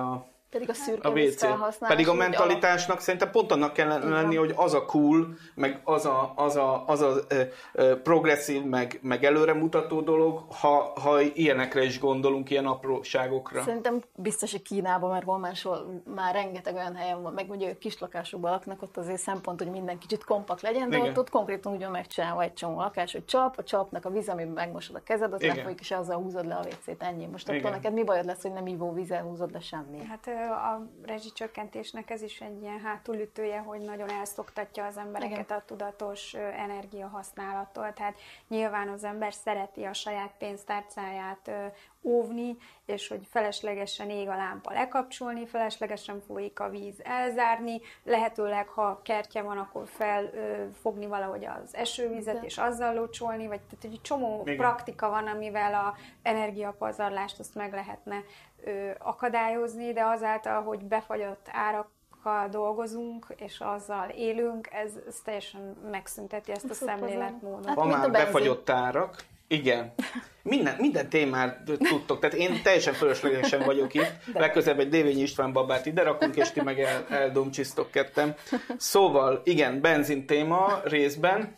Pedig a szürke a víz felhasználás. Pedig a mentalitásnak a... szerintem pont annak kell lenni, hogy az a cool, meg az a, az a, az a ö, ö, progresszív, meg, meg előremutató dolog, ha, ha ilyenekre is gondolunk, ilyen apróságokra. Szerintem biztos, hogy Kínában, mert hol máshol már rengeteg olyan helyen van, meg ugye ők kis lakásokban laknak, ott azért szempont, hogy minden kicsit kompakt legyen, de ott, ott konkrétan úgy van megcsinálva egy csomó lakás, hogy csap, a csapnak a víz, amiben megmosod a kezed, az lefolyik, és azzal húzod le a vécét, ennyi. Most attól neked mi bajod lesz, hogy nem ivóvízzel húzod le semmi? Hát a rezsicsökkentésnek ez is egy ilyen hátulütője, hogy nagyon elszoktatja az embereket Igen. a tudatos energiahasználattól. Tehát nyilván az ember szereti a saját pénztárcáját óvni, és hogy feleslegesen ég a lámpa lekapcsolni, feleslegesen folyik a víz elzárni, lehetőleg ha kertje van, akkor felfogni valahogy az esővizet, De. és azzal locsolni, vagy tehát egy csomó Igen. praktika van, amivel a energiapazarlást azt meg lehetne ö, akadályozni, de azáltal, hogy befagyott árakkal dolgozunk, és azzal élünk, ez, ez teljesen megszünteti ezt a szemléletmódot. Hát, van már befagyott árak, igen. Minden, minden témát tudtok, tehát én teljesen fölöslegesen vagyok itt. Legközelebb egy Dévényi István babát ide rakunk, és ti meg el, eldomcsisztok kettem. Szóval, igen, benzin téma részben.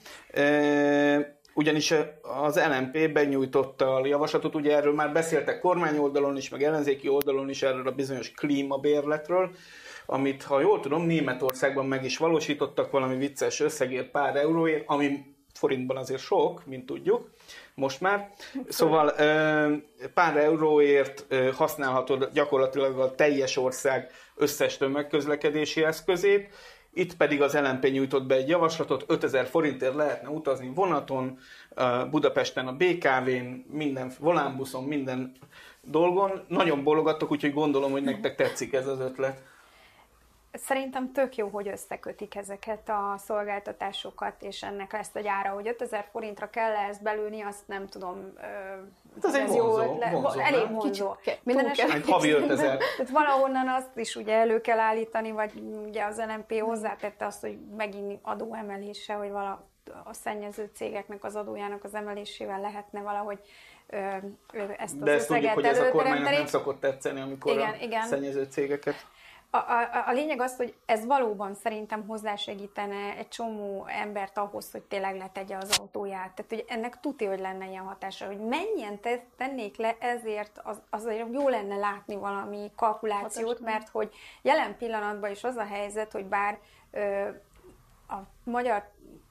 E, ugyanis az el em pé benyújtotta a javaslatot, ugye erről már beszéltek kormány oldalon is, meg ellenzéki oldalon is, erről a bizonyos klímabérletről, amit, ha jól tudom, Németországban meg is valósítottak valami vicces összegért, pár euróért, ami forintban azért sok, mint tudjuk, most már. Szóval pár euróért használhatod gyakorlatilag a teljes ország összes tömegközlekedési eszközét. Itt pedig az el em pé nyújtott be egy javaslatot, ötezer forintért lehetne utazni vonaton, Budapesten a bé ká vén, minden volánbuszon, minden dolgon. Nagyon bologattok, úgyhogy gondolom, hogy nektek tetszik ez az ötlet. Szerintem tök jó, hogy összekötik ezeket a szolgáltatásokat, és ennek lesz egy ára, hogy ötezer forintra kell ezt belőni, azt nem tudom. Hát ez egy vonzó, le, vonzó, elég vonzó. Minden esetben egy havi ötezer. Tehát valahonnan azt is ugye elő kell állítani, vagy ugye az el em pé hozzátette azt, hogy megint adóemelése, hogy vala a szennyező cégeknek az adójának az emelésével lehetne valahogy ö, ö, ezt az De ezt tudjuk, hogy ez a kormánynak nem szokott tetszeni, amikor igen, a igen. szennyező cégeket... A, a, a lényeg az, hogy ez valóban szerintem hozzásegítene egy csomó embert ahhoz, hogy tényleg letegye az autóját. Tehát hogy ennek tuti, hogy lenne ilyen hatása, hogy mennyien tennék le, ezért az, azért jó lenne látni valami kalkulációt, mert hogy jelen pillanatban is az a helyzet, hogy bár ö, a magyar,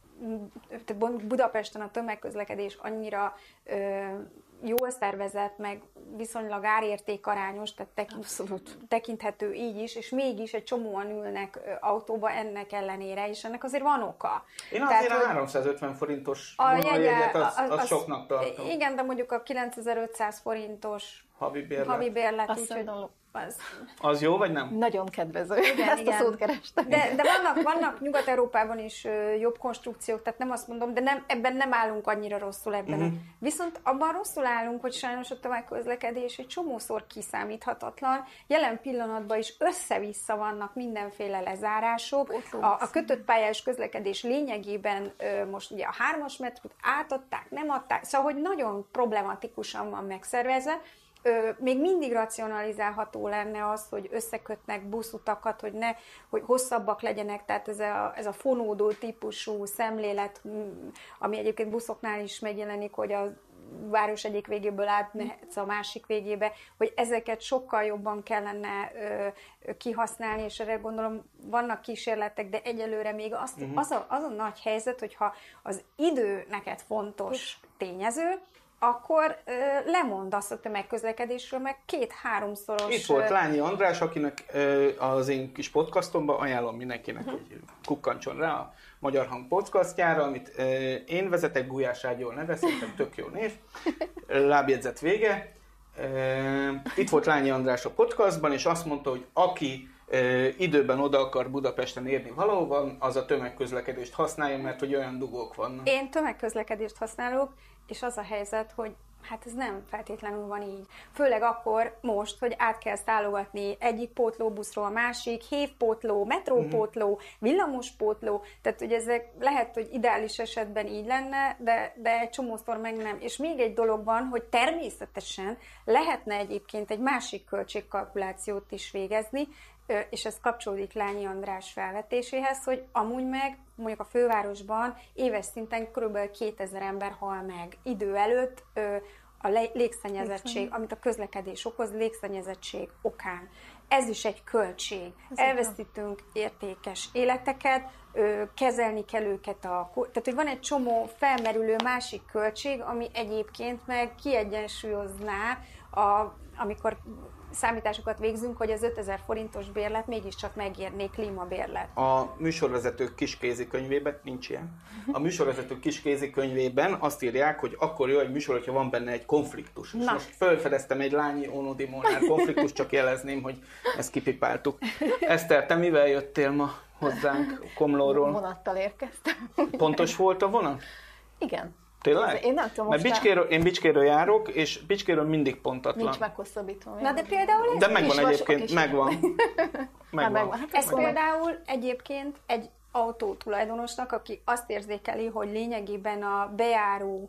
tehát Budapesten a tömegközlekedés annyira ö, jól szervezett, meg viszonylag árértékarányos, tehát tekint, tekinthető így is, és mégis egy csomóan ülnek autóba ennek ellenére, és ennek azért van oka. Én azért tehát, a háromszázötven forintos vonaljegyet az, az, az soknak tartom. Igen, de mondjuk a kilencezer-ötszáz forintos havi bérlet, havi bérlet Azt úgyhogy az... az jó, vagy nem? Nagyon kedvező. Igen, Ezt igen. a szót kerestem. De, de vannak, vannak Nyugat-Európában is jobb konstrukciók, tehát nem azt mondom, de nem, ebben nem állunk annyira rosszul ebben. Uh-huh. Viszont abban rosszul állunk, hogy sajnos a tömegközlekedés egy csomószor kiszámíthatatlan. Jelen pillanatban is össze-vissza vannak mindenféle lezárások. A, a kötött pályás közlekedés lényegében most ugye a hármas metrót átadták, nem adták, szóval hogy nagyon problematikusan van megszervezve. Ö, még mindig racionalizálható lenne az, hogy összekötnek buszutakat, hogy ne, hogy hosszabbak legyenek, tehát ez a, ez a fonódó típusú szemlélet, ami egyébként buszoknál is megjelenik, hogy a város egyik végéből átmehetsz a másik végébe, hogy ezeket sokkal jobban kellene ö, kihasználni, és erre gondolom vannak kísérletek, de egyelőre még azt, uh-huh. az, a, az a nagy helyzet, hogyha az idő neked fontos tényező, akkor ö, lemondasz a tömegközlekedésről, meg két-háromszoros... Itt volt Lányi András, akinek ö, az én kis podcastomban ajánlom mindenkinek, uh-huh. hogy kukkancson rá a Magyar Hang podcastjára, amit ö, én vezetek, Gulyás Ágyól neve, szerintem tök jó név, lábjegyzet vége. Ö, itt volt Lányi András a podcastban, és azt mondta, hogy aki ö, időben oda akar Budapesten érni valahova, az a tömegközlekedést használja, mert hogy olyan dugók vannak. Én tömegközlekedést használok, és az a helyzet, hogy Hát ez nem feltétlenül van így. Főleg akkor most, hogy át kell szállogatni egyik pótlóbuszról a másik, hévpótló, metrópótló, villamospótló, tehát hogy ezek lehet, hogy ideális esetben így lenne, de, de egy csomószor meg nem. És még egy dolog van, hogy természetesen lehetne egyébként egy másik költségkalkulációt is végezni, és ez kapcsolódik Lányi András felvetéséhez, hogy amúgy meg mondjuk a fővárosban éves szinten kb. kétezer ember hal meg idő előtt a légszennyezettség, amit a közlekedés okoz, légszennyezettség okán. Ez is egy költség. Ez elveszítünk értékes életeket, kezelni kell őket a... Tehát, hogy van egy csomó felmerülő másik költség, ami egyébként meg kiegyensúlyozná, a, amikor számításokat végzünk, hogy az ötezer forintos bérlet mégiscsak megérné klímabérlet. A műsorvezetők kis kézikönyvében, nincs ilyen, a műsorvezetők kis kézikönyvében azt írják, hogy akkor jó egy műsor, hogyha van benne egy konfliktus. És most felfedeztem egy Lányi Onodimónál konfliktus, csak jelezném, hogy ezt kipipáltuk. Eszter, te mivel jöttél ma hozzánk Komlóról? Vonattal érkeztem. Pontos volt a vonat? Igen. Tényleg? Én nem tudom, Mert Bicskéről, én Bicskéről járok, és Bicskéről mindig pontatlan. Nincs meghosszabbítva. Na de például ez De megvan egyébként, megvan. megvan. megvan. Hát ez például egyébként egy autótulajdonosnak, aki azt érzékeli, hogy lényegében a bejáró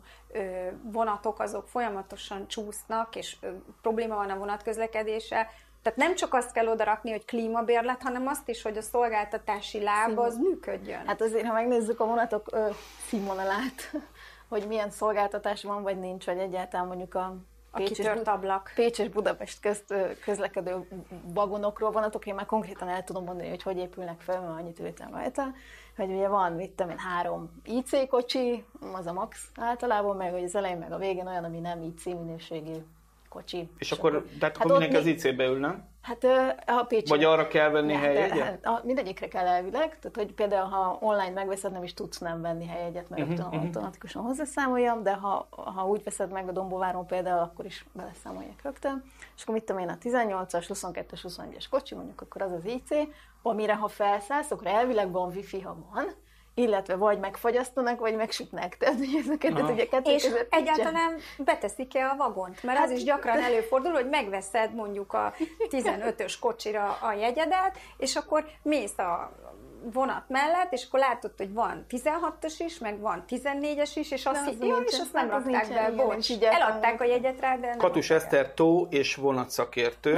vonatok azok folyamatosan csúsznak, és probléma van a vonatközlekedéssel. Tehát nem csak azt kell odarakni, hogy klímabérlet, hanem azt is, hogy a szolgáltatási láb az működjön. Hát azért, ha megnézzük a vonatok ö, színvonalát, hogy milyen szolgáltatás van, vagy nincs, vagy egyáltalán mondjuk a Pécs és, Pécs és Budapest közt közlekedő vagonokról, vonatok, én már konkrétan el tudom mondani, hogy hogy épülnek fel, mert annyit ültem rajta, hogy ugye van, mit tudom én, három í cé kocsi, az a max általában, meg hogy az elején, meg a végén olyan, ami nem í cé minőségű kocsi. És, és akkor, akkor, tehát hát akkor mindenki az í cébe ül, nem? Hát a Pécs... Vagy arra kell venni helyjegyet? Hát, mindegyikre kell elvileg, tehát hogy például ha online megveszed, nem is tudsz nem venni helyjegyet, mert uh-huh, uh-huh. automatikusan hozzászámoljam, de ha, ha úgy veszed meg a Dombováron például, akkor is beleszámolják rögtön. És akkor mit tudom én, a tizennyolcas, huszonkettes, huszonegyes kocsi, mondjuk akkor az az í cé, amire ha felszállsz, akkor elvileg van wifi, ha van, illetve vagy megfagyasztanak, vagy megsütnek. Tehát, hogy ezeket no. ugye kettő és között egyáltalán beteszik-e a vagont? Mert hát, az is gyakran előfordul, hogy megveszed mondjuk a tizenötös kocsira a jegyedet, és akkor mész a vonat mellett, és akkor látod, hogy van tizenhatos is, meg van tizennégyes is, és azt, hiszem, és azt nem hát rakták be, bocs, eladták a jegyet rá, de nem. Katus Eszter tó és vonatszakértő.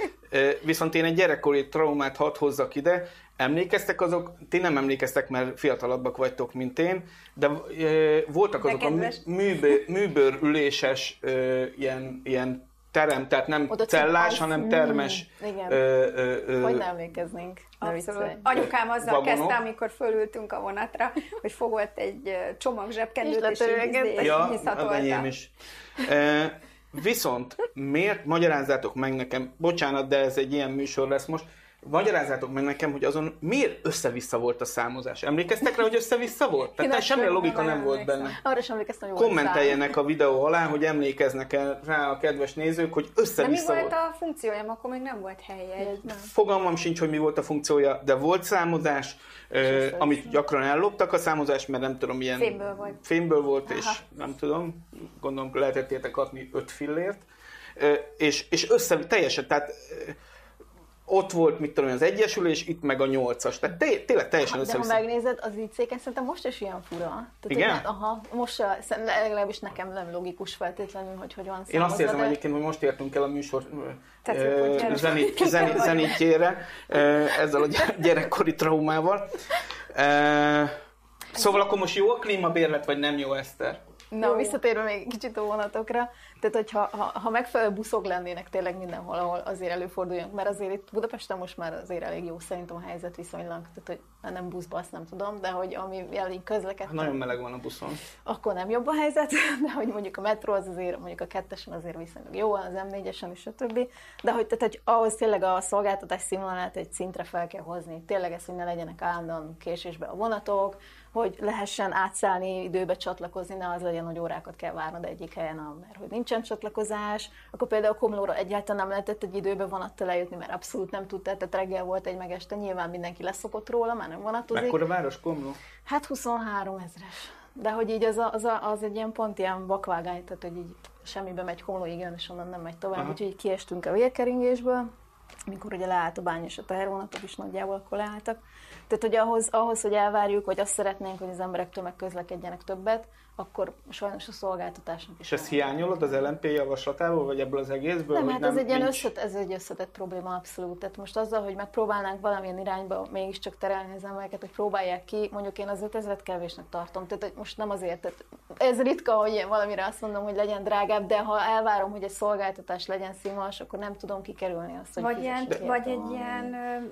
Viszont én egy gyerekkori traumát hadd hozzak ide. Emlékeztek azok, ti nem emlékeztek, mert fiatalabbak vagytok, mint én, de e, voltak azok de a műbőr, műbőrüléses e, ilyen, ilyen terem, tehát nem oda cellás, cipás, hanem termes. Mm, igen. Ö, ö, ö, hogy nem emlékeznénk. Abszolút. Anyukám azzal vagonok. Kezdte, amikor fölültünk a vonatra, hogy fogott egy csomag zsebkendőt, és így ja, az enyém is. E, viszont miért, magyarázzátok meg nekem, bocsánat, de ez egy ilyen műsor lesz most, magyarázzátok meg nekem, hogy azon miért össze-vissza volt a számozás. Emlékeztek rá, hogy össze-vissza volt? Tehát semmilyen logika nem, nem volt benne. Arra sem emlékeztem, hogy kommenteljenek a videó alá, hogy emlékeznek el rá a kedves nézők, hogy össze-vissza volt. De mi volt a funkciója? Akkor még nem volt helyegy. Fogalmam sincs, hogy mi volt a funkciója, de volt számozás, euh, amit gyakran elloptak a számozás, mert nem tudom, ilyen fémből volt, fémből volt és nem tudom, gondolom lehetett értek adni öt fillért, euh, és, és össze, teljesen, tehát ott volt, mit tudom, az egyesülés, itt meg a nyolcas. Tehát té- tényleg teljesen össze-vissza. De ha megnézed, az í cé-ken szerintem most is ilyen fura. Tehát, igen? Hogy, aha, most legalábbis nekem nem logikus feltétlenül, hogy hogy van számozva. Én azt érzem de... egyébként, hogy most értünk el a műsor uh, zenit, zenit, zenitjére, uh, ezzel a gyerekkori traumával. Uh, szóval akkor most jó a klímabérlet, vagy nem jó, Eszter? Na, visszatérve még kicsit a vonatokra, tehát hogyha ha, ha megfelelő buszok lennének tényleg mindenhol, ahol azért előforduljanak, mert azért itt Budapesten most már azért elég jó szerintem a helyzet viszonylag, tehát hogy nem buszba, azt nem tudom, de hogy ami jelenleg közlekedtem. Nagyon meleg van a buszon. Akkor nem jobb a helyzet, de hogy mondjuk a metró az azért, mondjuk a kettesen azért viszonylag jó, az em négyesen és a többi, de hogy, tehát, hogy ahhoz tényleg a szolgáltatás színvonalát egy szintre fel kell hozni. Tényleg ez, hogy ne legyenek állandóan késésbe a vonatok, hogy lehessen átszállni, időbe csatlakozni, ne az legyen, hogy órákat kell várnod egyik helyen, mert hogy nincsen csatlakozás. Akkor például Komlóra egyáltalán nem lehetett egy időbe vonattal eljutni, mert abszolút nem tudtál, tehát reggel volt egy meg este, nyilván mindenki leszokott róla, már nem vonatozik. Mekkora város Komló? Hát huszonhárom ezres. De hogy így az, a, az, a, az egy ilyen pont ilyen vakvágány, tehát hogy így semmibe megy Komlóig jön, és onnan nem megy tovább, aha. Úgyhogy kiestünk a vérkeringésből, amikor ugye leállt a bány és a tehervonatok is nagyjából akkor leálltak. Tehát, hogy ahhoz, ahhoz, hogy elvárjuk, vagy azt szeretnénk, hogy az emberek tömegközlekedjenek többet, akkor sajnos a szolgáltatásnak is. És ezt hiányolod az el em pé javaslatából, vagy ebből az egészből? Nem, hát nem, ez, egy nincs... összet, ez egy összetett probléma abszolút. Tehát most azzal, hogy megpróbálnánk valamilyen irányba mégiscsak terelni az embereket, hogy próbálják ki, mondjuk én az ötezret kevésnek tartom. Tehát most nem azért, tehát ez ritka, hogy én valamire azt mondom, hogy legyen drágább, de ha elvárom, hogy egy szolgáltatás legyen színvonalas, akkor nem tudom kikerülni azt, hogy vagy, ilyen, vagy egy ilyen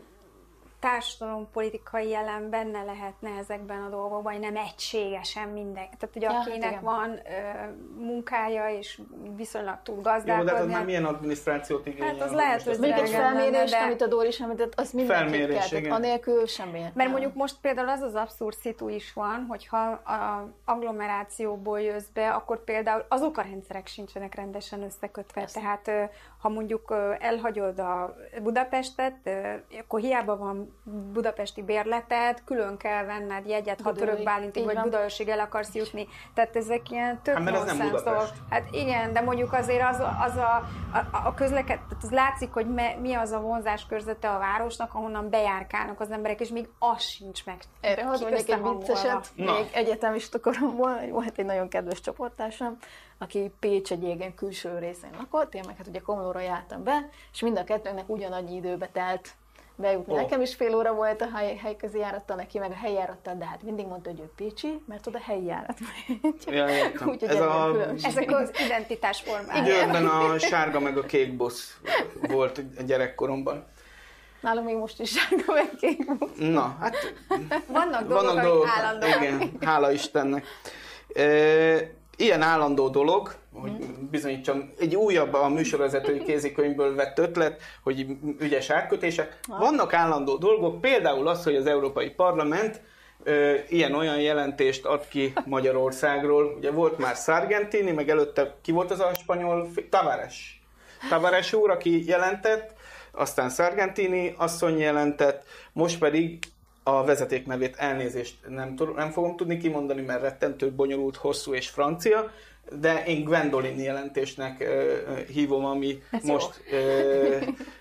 társadalompolitikai jelen benne lehetne ezekben a dolgokban, hogy nem egységesen minden. Tehát, hogy ja, akinek hát van ö, munkája, és viszonylag tud gazdálkodni. Jó, de az már milyen adminisztrációt igényel? Hát az lehet, hogy mondjuk egy felmérés, de... amit a Dóri is említett, az mindenképp kell, tehát anélkül semmi. Mert mondjuk most például az az abszurd szitu is van, hogyha a agglomerációból jössz be, akkor például azok a rendszerek sincsenek rendesen összekötve. Persze. Tehát ha mondjuk elhagyod a Budapestet, akkor hiába van budapesti bérleted, külön kell venned jegyet, ha Török Bálintig vagy Budaörsig el akarsz jutni. Tehát ezek ilyen tök hát, nonsens dolgok. Hát igen, de mondjuk azért az a, az a, a, a közleked, tehát az látszik, hogy me, mi az a vonzáskörzete a városnak, ahonnan bejárkálnak az emberek, és még az sincs meg. Erre hadd mondjak egy vicceset, még egyetemista koromból, volt egy nagyon kedves csoporttársam, aki Pécs egy igen külső részén lakott, én meg hát ugye Komlóra jártam be, és mind a kettőnknek ugyanannyi időbe telt bejutni. Oh. Nekem is fél óra volt a hely, helyközi járattal, neki meg a helyi járattal, de hát mindig mondta, hogy ő pécsi, mert oda helyi járat megy. Ja, úgy, Ez a... Ezek az identitás formája. Időben a sárga meg a kék busz volt a gyerekkoromban. Nálam még most is sárga meg kék busz. Na, hát... Vannak dolgok, vannak dolgok állandóan. Igen, hála Istennek. E, ilyen állandó dolog, hogy bizonyítsam, egy újabb a műsorvezetői kézikönyvből vett ötlet, hogy ügyes átkötések. Vannak állandó dolgok, például az, hogy az Európai Parlament ö, ilyen-olyan jelentést ad ki Magyarországról. Ugye volt már Sargentini, meg előtte ki volt az a spanyol? Tavares. Tavares úr, aki jelentett, aztán Sargentini asszony jelentett, most pedig a vezeték nevét elnézést nem, nem fogom tudni kimondani, mert rettentő, bonyolult, hosszú és francia, de én Gwendolyn jelentésnek uh, hívom, ami ez most uh,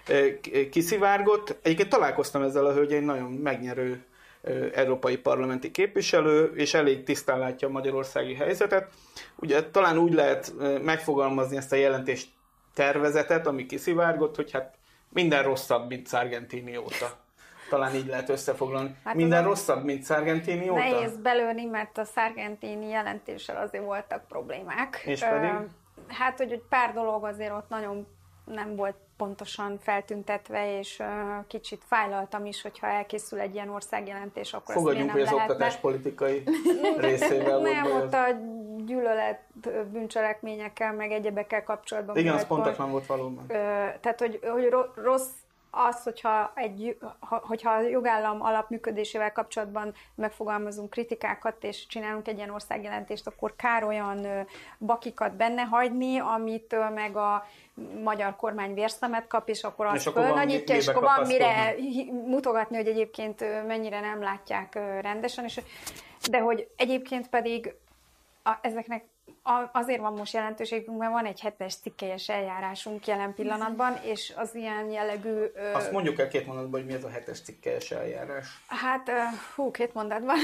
uh, kiszivárgott. Egyébként találkoztam ezzel a hölgyen, egy nagyon megnyerő uh, európai parlamenti képviselő, és elég tisztán látja a magyarországi helyzetet. Ugye talán úgy lehet uh, megfogalmazni ezt a jelentés tervezetet, ami kiszivárgott, hogy hát minden rosszabb, mint Sargentini óta. Talán így lehet összefoglalni. Hát minden rosszabb, mint Sargentini óta? Nehéz belőni, mert a Sargentini jelentéssel azért voltak problémák. És pedig? Hát, hogy pár dolog azért ott nagyon nem volt pontosan feltüntetve, és kicsit fájlaltam is, hogyha elkészül egy ilyen országjelentés, akkor fogadjunk, ezt miért nem hogy az oktatáspolitikai részével volt. Nem, ott a gyűlölet bűncselekményekkel, meg egyebekkel kapcsolatban. Igen, az pontatlan volt valóban. Tehát, hogy, hogy rossz az, hogyha, egy, hogyha a jogállam alapműködésével kapcsolatban megfogalmazunk kritikákat, és csinálunk egy ilyen országjelentést, akkor kár olyan bakikat benne hagyni, amitől meg a magyar kormány vérszemet kap, és akkor azt fölnagyítja, és akkor van mire mutogatni, hogy egyébként mennyire nem látják rendesen. És, de hogy egyébként pedig a, ezeknek azért van most jelentőségünk, mert van egy hetes cikkelyes eljárásunk jelen pillanatban, és az ilyen jellegű... Azt mondjuk el két mondatban, hogy mi ez a hetes cikkelyes eljárás. Hát, hú, két mondatban.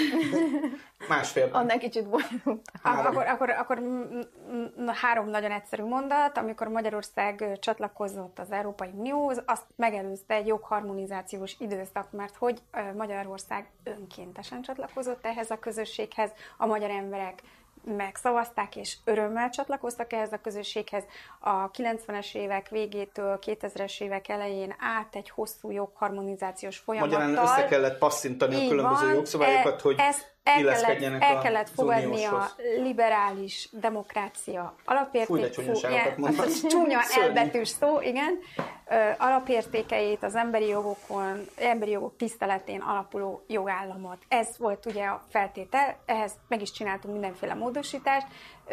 Másfélben. Annál kicsit bonyolult. Akkor, akkor, akkor három nagyon egyszerű mondat. Amikor Magyarország csatlakozott az Európai Unióhoz, azt megelőzte egy jogharmonizációs időszak, mert hogy Magyarország önkéntesen csatlakozott ehhez a közösséghez, a magyar emberek megszavazták, és örömmel csatlakoztak ehhez a közösséghez. A kilencvenes évek végétől kétezres évek elején át egy hosszú jogharmonizációs folyamattal. Magyarán össze kellett passzintani a különböző van, jogszabályokat, hogy illeszkedjenek el kellett fogadni a liberális demokrácia alapértékeit. Fúj, de csúnyaságokat mondhatsz. Csúnya elbetűs szó, igen. Alapértékeit, az emberi jogokon, emberi jogok tiszteletén alapuló jogállamot. Ez volt ugye a feltétel, ehhez meg is csináltunk mindenféle módosítást.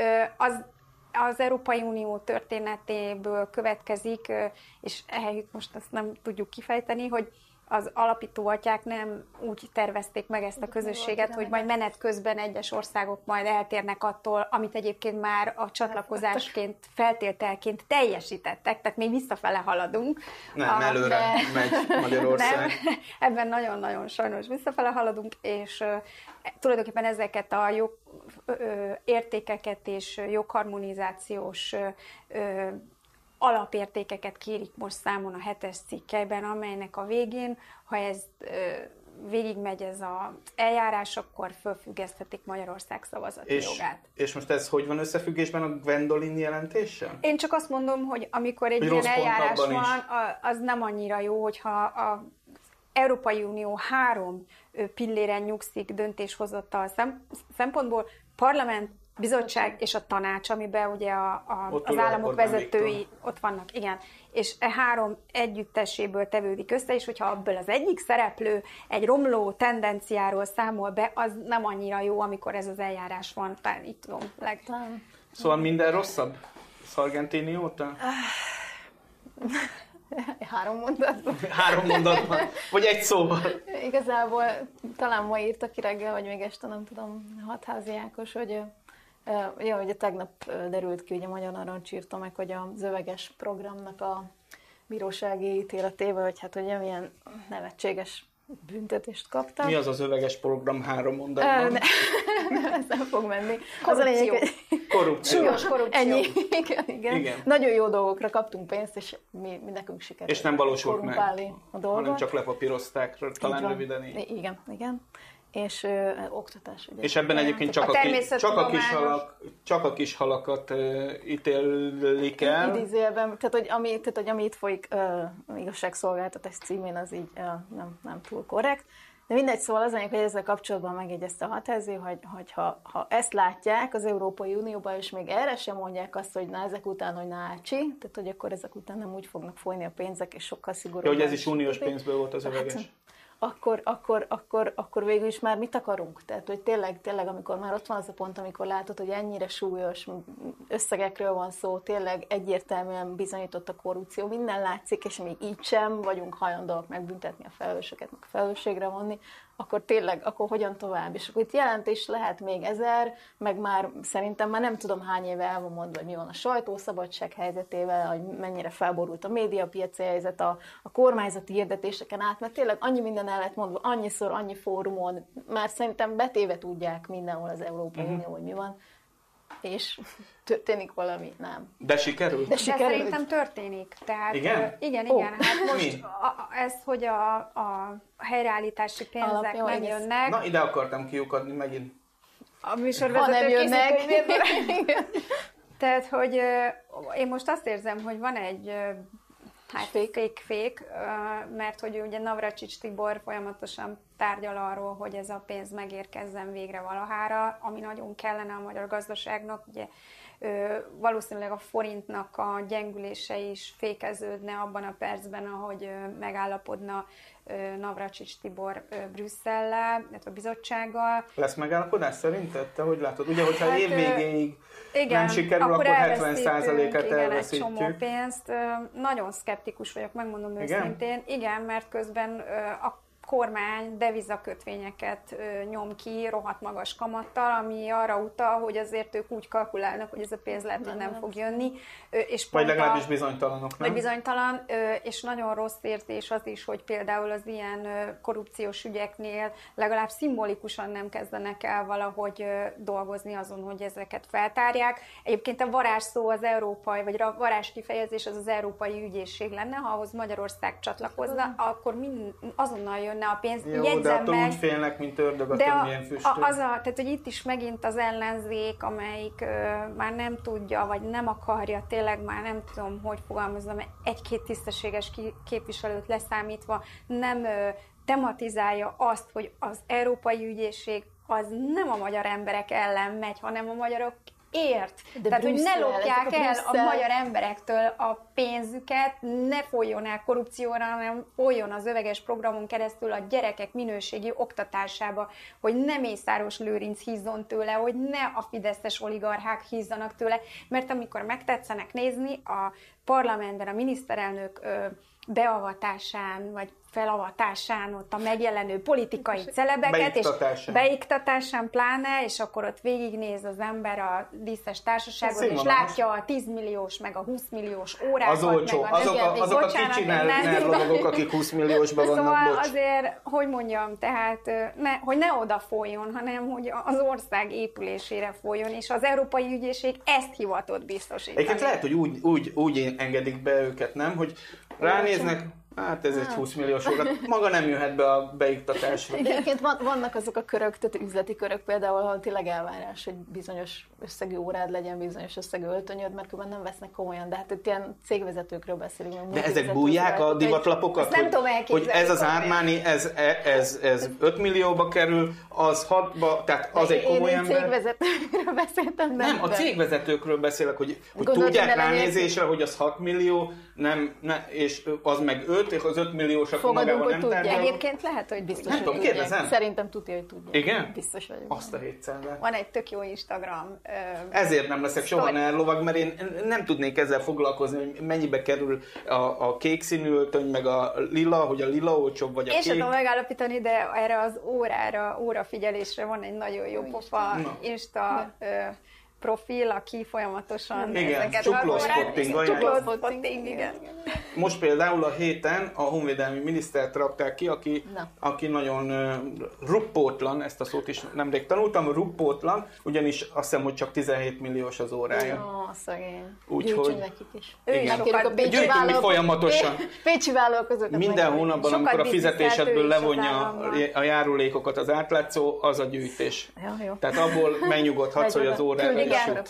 Az az Európai Unió történetéből következik, és ehelyütt most azt nem tudjuk kifejteni, hogy az alapító atyák nem úgy tervezték meg ezt a közösséget, hogy majd menet közben egyes országok majd eltérnek attól, amit egyébként már a csatlakozásként, feltételként teljesítettek, tehát még visszafele haladunk. Nem, előre de... megy Magyarország. Nem, ebben nagyon-nagyon sajnos visszafele haladunk, és uh, tulajdonképpen ezeket a jog, uh, értékeket és jogharmonizációs uh, alapértékeket kérik most számon a hetes cikkelyben, amelynek a végén, ha ez ö, végigmegy ez az eljárás, akkor fölfüggeszthetik Magyarország szavazati és, jogát. És most ez hogy van összefüggésben a Gwendolyn jelentéssel? Én csak azt mondom, hogy amikor egy hogy ilyen eljárás van, az nem annyira jó, hogyha a Európai Unió három pilléren nyugszik döntéshozattal szempontból, parlament, bizottság és a tanács, amiben ugye a, a, az államok vezetői Viktor. Ott vannak, igen, és e három együtteséből tevődik össze, és hogyha abból az egyik szereplő egy romló tendenciáról számol be, az nem annyira jó, amikor ez az eljárás van. Tehát itt tudom, leg... Szóval minden rosszabb? Sargentini óta? Három mondatban. Három mondatban? Vagy egy szóval? Igazából talán ma írtak ki reggel, vagy még este, nem tudom, Hatházi Ákos, hogy ja, ugye tegnap derült ki, ugye Magyar Narancs írta meg, hogy a zöveges programnak a bírósági ítéletével, hogy hát ugye milyen nevetséges büntetést kaptam. Mi az az öveges program három mondatban? Ne, ne, ez nem fog menni. Az a lényeg, hogy korrupció. Súlyos korrupció. Ennyi. Igen, igen. igen. Nagyon jó dolgokra kaptunk pénzt, és mi, mi nekünk sikerült. És nem valósult meg, a dolgot. hanem csak lepapírozták, talán röviden. Igen, igen. És ö, oktatás. Ugye. És ebben egyébként csak a, a, ki, csak, a kis halak, csak a kis halakat ö, ítélik el. Idézőjelben, tehát hogy ami, tehát, hogy ami itt folyik ö, igazságszolgáltatás címén, az így ö, nem, nem túl korrekt. De mindegy, szóval az anyag, hogy ezzel kapcsolatban megjegyezte a Hatházi, hogy, hogy ha, ha ezt látják az Európai Unióban, és még erre sem mondják azt, hogy na ezek után, hogy na ácsi, tehát hogy akkor ezek után nem úgy fognak folyni a pénzek, és sokkal szigorúbban. Ja, hogy ez is uniós pénzből volt az öveges. Hát, Akkor, akkor, akkor, akkor végül is már mit akarunk? Tehát, hogy tényleg, tényleg, amikor már ott van az a pont, amikor látod, hogy ennyire súlyos összegekről van szó, tényleg egyértelműen bizonyított a korrupció, minden látszik, és még így sem vagyunk hajlandóak megbüntetni a felelősöket, meg a felelősségre vonni, akkor tényleg, akkor hogyan tovább? És akkor itt jelentés lehet még ezer, meg már szerintem már nem tudom hány éve el van mondva, hogy mi van a sajtószabadság helyzetével, hogy mennyire felborult a médiapiaci helyzet, a, a kormányzati hirdetéseken át, mert tényleg annyi minden el lett mondva, annyiszor, annyi fórumon, már szerintem betéve tudják mindenhol az Európai uh-huh. Unió, hogy mi van, és történik valami, nem. De sikerült? De, sikerült. De szerintem történik. Tehát, igen? Uh, igen, igen. Oh. Hát most a, a, ez, hogy a, a helyreállítási pénzek Alapjó, nem jönnek. Na, ide akartam kiukadni megint. A műsorvezető készítőjében. Tehát, hogy uh, én most azt érzem, hogy van egy uh, hát fék-fék, uh, mert hogy ugye Navracsics Tibor folyamatosan tárgyal arról, hogy ez a pénz megérkezzen végre valahára, ami nagyon kellene a magyar gazdaságnak. Ugye valószínűleg a forintnak a gyengülése is fékeződne abban a percben, ahogy megállapodna Navracsics Tibor Brüsszellel, illetve a bizottsággal. Lesz megállapodás szerinted? Te hogy látod? Ugye, hogyha hát, év végéig igen, nem sikerül, akkor, akkor hetven százalékát elveszítjük. Igen, egy csomó pénzt. Nagyon szkeptikus vagyok, megmondom igen? őszintén. Igen, mert közben a kormány devizakötvényeket nyom ki rohadt magas kamattal, ami arra utal, hogy azért ők úgy kalkulálnak, hogy ez a pénz lehet, hogy nem fog jönni. És vagy legalábbis bizonytalanok, nem? Vagy bizonytalan, és nagyon rossz érzés az is, hogy például az ilyen korrupciós ügyeknél legalább szimbolikusan nem kezdenek el valahogy dolgozni azon, hogy ezeket feltárják. Egyébként a varázsszó az európai, vagy a varázs kifejezés az az európai ügyészség lenne, ha ahhoz Magyarország csatlakozna, akkor mind, azonnal jön a pénz. Jó, jegyzem de attól meg, úgy félnek, mint ördög a többmilyen füstől. A, az a, tehát, hogy itt is megint az ellenzék, amelyik ö, már nem tudja, vagy nem akarja, tényleg már nem tudom, hogy fogalmazom, egy-két tisztességes képviselőt leszámítva nem ö, tematizálja azt, hogy az Európai Ügyészség az nem a magyar emberek ellen megy, hanem a magyarok ért. De Tehát, Brüsszel, hogy ne lopják el a, a magyar emberektől a pénzüket, ne folyjon el korrupcióra, hanem folyjon az öveges programon keresztül a gyerekek minőségi oktatásába, hogy ne Mészáros Lőrinc hízzon tőle, hogy ne a fideszes oligarchák hízzanak tőle, mert amikor megtetszenek nézni, a parlamentben a miniszterelnök ö, beavatásán, vagy felavatásán, ott a megjelenő politikai celebeket, és beiktatásán pláne, és akkor ott végignéz az ember a díszes társaságot, és látja a tíz milliós, meg a húsz milliós órákat. Az olcsó, meg a, azok, a, azok a kicsi nerlovagok, akik húsz milliósban vannak, szóval bocs. azért, hogy mondjam, tehát, ne, hogy ne oda folyjon, hanem hogy az ország épülésére folyjon, és az Európai Ügyészség ezt hivatott biztosítani. Egyébként lehet, hogy úgy, úgy, úgy engedik be őket, nem? Hogy ránéznek, hát ez egy húsz milliós óra, maga nem jöhet be a beiktatásra. Egyébként vannak azok a körök, tehát üzleti körök például, ahol tényleg elvárás, hogy bizonyos összegű órád legyen, bizonyos összegű öltönyöd, mert különben nem vesznek komolyan, de hát itt ilyen cégvezetőkről beszélünk. De ezek bújják a divatlapokat, hogy, hogy ez az Armani, ez, ez, ez öt millióba kerül, az hatba, tehát az egy komoly én ember. Én cégvezetőkről beszéltem. Nem, nem a cégvezetőkről beszélek, hogy, hogy tudják ránézésre, hogy az hat millió, nem, ne, és az meg öt, és az öt milliósak magával nem tárgyalnak. Egyébként lehet, hogy biztos, nem tudom, kérdezem. Szerintem tudja, hogy tudja. Igen? Biztos vagyok. Azt a hétszerben. Van egy tök jó Instagram. Ezért nem leszek soha nerlovag, mert én nem tudnék ezzel foglalkozni, hogy mennyibe kerül a, a kék színű öltöny, meg a lila, hogy a lila olcsóbb, vagy a én kék. Én sem tudom megállapítani, de erre az órára, órafigyelésre van egy nagyon jó pofa Insta profil, aki folyamatosan igen, ezeket csuklóspotting. Csuklóspotting, igen. Most például a héten a honvédelmi minisztert rakták ki, aki, aki nagyon uh, ruppótlan, ezt a szót is nemrég tanultam, ruppótlan, ugyanis azt hiszem, hogy csak tizenhét milliós az órája. Ó, szegény. Úgyhogy nekik is. Gyűjtünk mi folyamatosan. Pécsi vállalkozókat. Minden hónapban, amikor a fizetésedből levonja a járulékokat az átlátszó, az a gyűjtés. Ja, jó. Tehát abból megnyugodhatsz, hogy az órára is jut.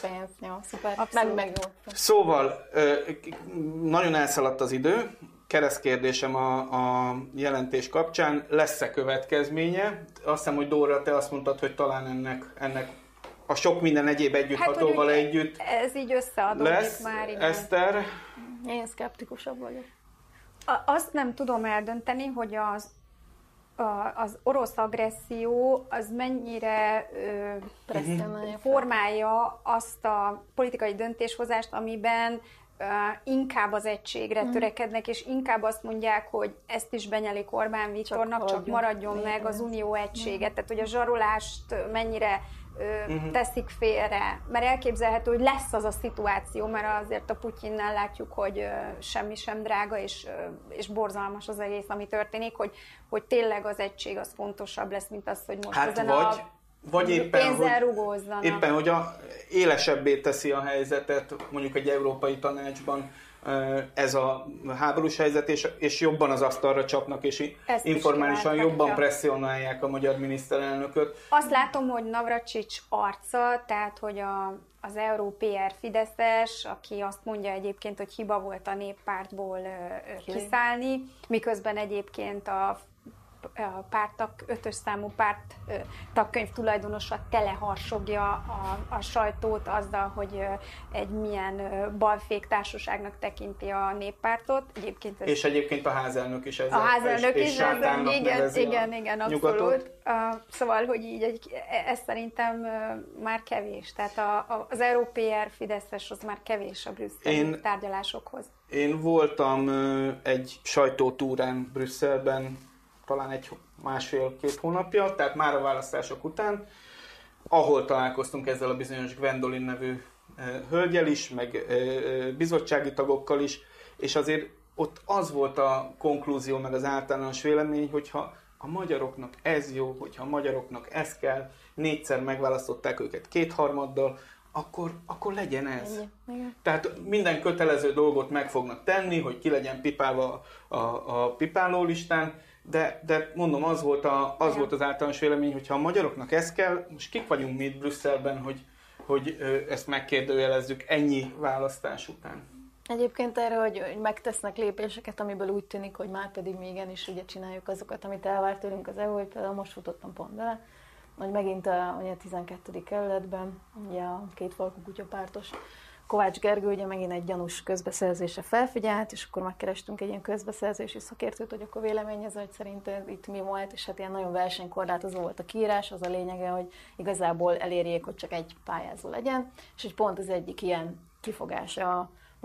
Szóval, nagyon elszaladt az idő. Keresztkérdésem a, a jelentés kapcsán, lesz-e következménye? Azt hiszem, hogy Dóra, te azt mondtad, hogy talán ennek, ennek a sok minden egyéb együtthatóval hát, együtt ez így összeadódik lesz. Már. Igen. Eszter? Én szkeptikusabb vagyok. A, azt nem tudom eldönteni, hogy az az orosz agresszió az mennyire ö, formálja azt a politikai döntéshozást, amiben ö, inkább az egységre mm. törekednek, és inkább azt mondják, hogy ezt is benyelik Orbán Viktornak, csak, csak maradjon meg az unió egysége. Mm. Tehát, hogy a zsarolást mennyire ö, mm-hmm. teszik félre, mert elképzelhető, hogy lesz az a szituáció, mert azért a Putyinnál látjuk, hogy ö, semmi sem drága, és, ö, és borzalmas az egész, ami történik, hogy, hogy tényleg az egység az fontosabb lesz, mint az, hogy most hát ezen vagy, a vagy éppen, pénzzel hogy, rugózzanak. Éppen, hogy a, élesebbé teszi a helyzetet, mondjuk egy Európai Tanácsban ez a háborús helyzet, és, és jobban az asztalra csapnak, és ezt informálisan jobban presszionálják a magyar miniszterelnököt. Azt látom, hogy Navracsics arca, tehát hogy a, az Euró-pé er Fideszes, aki azt mondja egyébként, hogy hiba volt a néppártból kiszállni, miközben egyébként a a pártak, ötös számú párt tagkönyv tulajdonosa teleharsogja a, a sajtót azzal, hogy egy milyen balfék társaságnak tekinti a néppártot. Egyébként ez, és egyébként a házelnök is ezzel. A házelnök és, is és ezzel, igen, igen, igen, abszolút. Uh, szóval, hogy így egy, ez szerintem uh, már kevés. Tehát a, a, az Euró-pé er Fideszes az már kevés a brüsszeli tárgyalásokhoz. Én voltam uh, egy sajtótúrán Brüsszelben, talán egy másfél-két hónapja, tehát már a választások után, ahol találkoztunk ezzel a bizonyos Gwendolyn nevű e, hölgyel is, meg e, bizottsági tagokkal is, és azért ott az volt a konklúzió, meg az általános vélemény, hogyha a magyaroknak ez jó, hogyha a magyaroknak ez kell, négyszer megválasztották őket kétharmaddal, akkor, akkor legyen ez. Igen. Tehát minden kötelező dolgot meg fognak tenni, hogy ki legyen pipálva a, a, a pipálólistán, De, de mondom, az volt, a, az volt az általános vélemény, hogyha a magyaroknak ez kell, most kik vagyunk mi itt Brüsszelben, hogy, hogy ezt megkérdőjelezzük ennyi választás után. Egyébként erre, hogy, hogy megtesznek lépéseket, amiből úgy tűnik, hogy már pedig mi igenis ugye csináljuk azokat, amit elvárt tőlünk az é u, hogy például most futottam pont bele, hogy megint a, ugye a tizenkettedik kerületben, ugye a két farkú kutyapártos Kovács Gergő ugye megint egy gyanús közbeszerzésre felfigyelt, és akkor megkerestünk egy ilyen közbeszerzési szakértőt, hogy akkor véleményező, hogy szerint itt mi volt, és hát ilyen nagyon versenykorlátozó volt a kiírás, az a lényege, hogy igazából elérjék, hogy csak egy pályázó legyen, és hogy pont az egyik ilyen kifogása a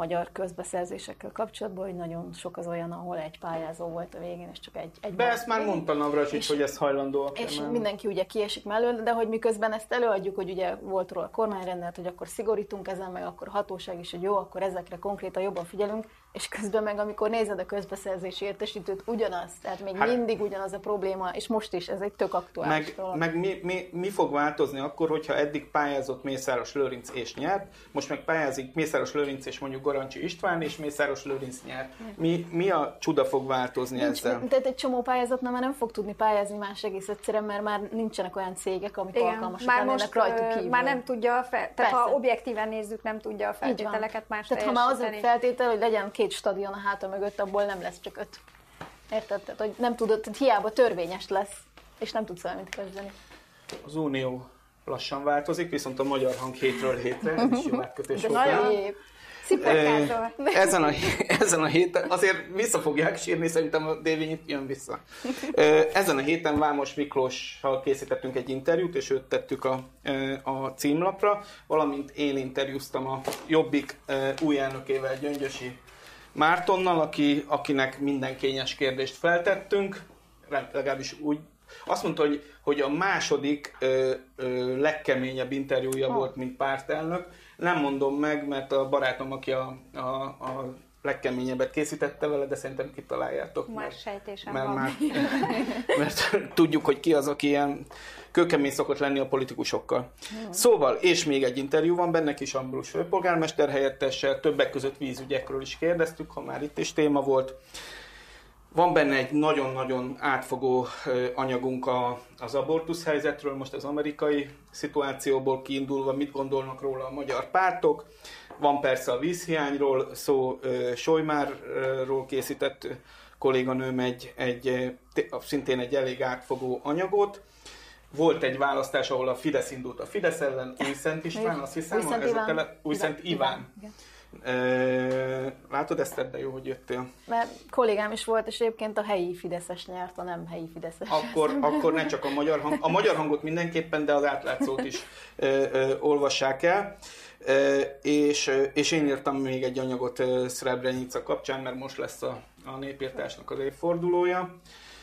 magyar közbeszerzésekkel kapcsolatban, hogy nagyon sok az olyan, ahol egy pályázó volt a végén, és csak egy... egy Be ezt már mondta Navracsics, hogy ez hajlandóak. És emelni. Mindenki ugye kiesik mellől, de hogy miközben ezt előadjuk, hogy ugye volt róla a kormányrendelet, hogy akkor szigorítunk ezen, meg akkor a hatóság is, hogy jó, akkor ezekre konkrétan jobban figyelünk, és közben meg amikor nézed a közbeszerzési értesítőt, ugyanaz, tehát még hát, mindig ugyanaz a probléma, és most is ez egy tök aktuális meg, dolog. Meg mi, mi, mi fog változni akkor, hogyha eddig pályázott Mészáros Lőrinc és nyert, most meg pályázik Mészáros Lőrinc és mondjuk Garancsi István, és Mészáros Lőrinc nyert. Mi, mi a csuda fog változni Nincs, ezzel? Tehát egy csomó pályázatnál már nem fog tudni pályázni más egész egyszerűen, mert már nincsenek olyan cégek, amik Igen, alkalmasak már lennének most, rajtuk kívül. Már nem tudja, a fe... tehát ha objektíven nézzük, nem tudja a feltételeket más Tehát ha már az a feltétel, hogy legyen két stadion a háta mögött, abból nem lesz csak öt. Érted? Tehát, hogy nem tudod, tehát hiába törvényes lesz, és nem tudsz valamit kezdeni. Az Unió lassan változik, viszont a Magyar Hang hétről hétre, ez is jó átkötés volt. Nagyon szép. Ezen a, ezen a héten, azért vissza fogják sírni, szerintem a Dévényit jön vissza. Ezen a héten Vámos Miklóssal készítettünk egy interjút, és őt tettük a, a címlapra, valamint én interjúztam a Jobbik új elnökével, Gyöngyösi Mártonnal, aki, akinek minden kényes kérdést feltettünk, legalábbis úgy. Azt mondta, hogy, hogy a második ö, ö, legkeményebb interjúja oh. volt, mint pártelnök. Nem mondom meg, mert a barátom, aki a, a, a legkeményebbet készítette vele, de szerintem kitaláljátok. Már sejtésem mert, van. Már, mert tudjuk, hogy ki az, aki ilyen kőkemény szokott lenni a politikusokkal. Hmm. Szóval, és még egy interjú van benne, Kis Ambrus főpolgármester helyettessel, többek között vízügyekről is kérdeztük, ha már itt is téma volt. Van benne egy nagyon-nagyon átfogó anyagunk a, az abortusz helyzetről, most az amerikai szituációból kiindulva, mit gondolnak róla a magyar pártok. Van persze a vízhiányról szó, Solymárról készített kolléganőm egy, egy, szintén egy elég átfogó anyagot. Volt egy választás, ahol a Fidesz indult a Fidesz ellen, Újszent István, azt hiszem, Újszent Iván. Tele, Újszent Iván. Iván. E, látod, Eszter, de jó, hogy jöttél. Mert kollégám is volt, és egyébként a helyi Fideszes nyert, a nem helyi Fideszes. Akkor, akkor ne csak a magyar hang, a magyar hangot mindenképpen, de az átlátszót is ö, ö, olvassák el. E, és, és én írtam még egy anyagot Srebrenica kapcsán, mert most lesz a, a népírtásnak az évfordulója.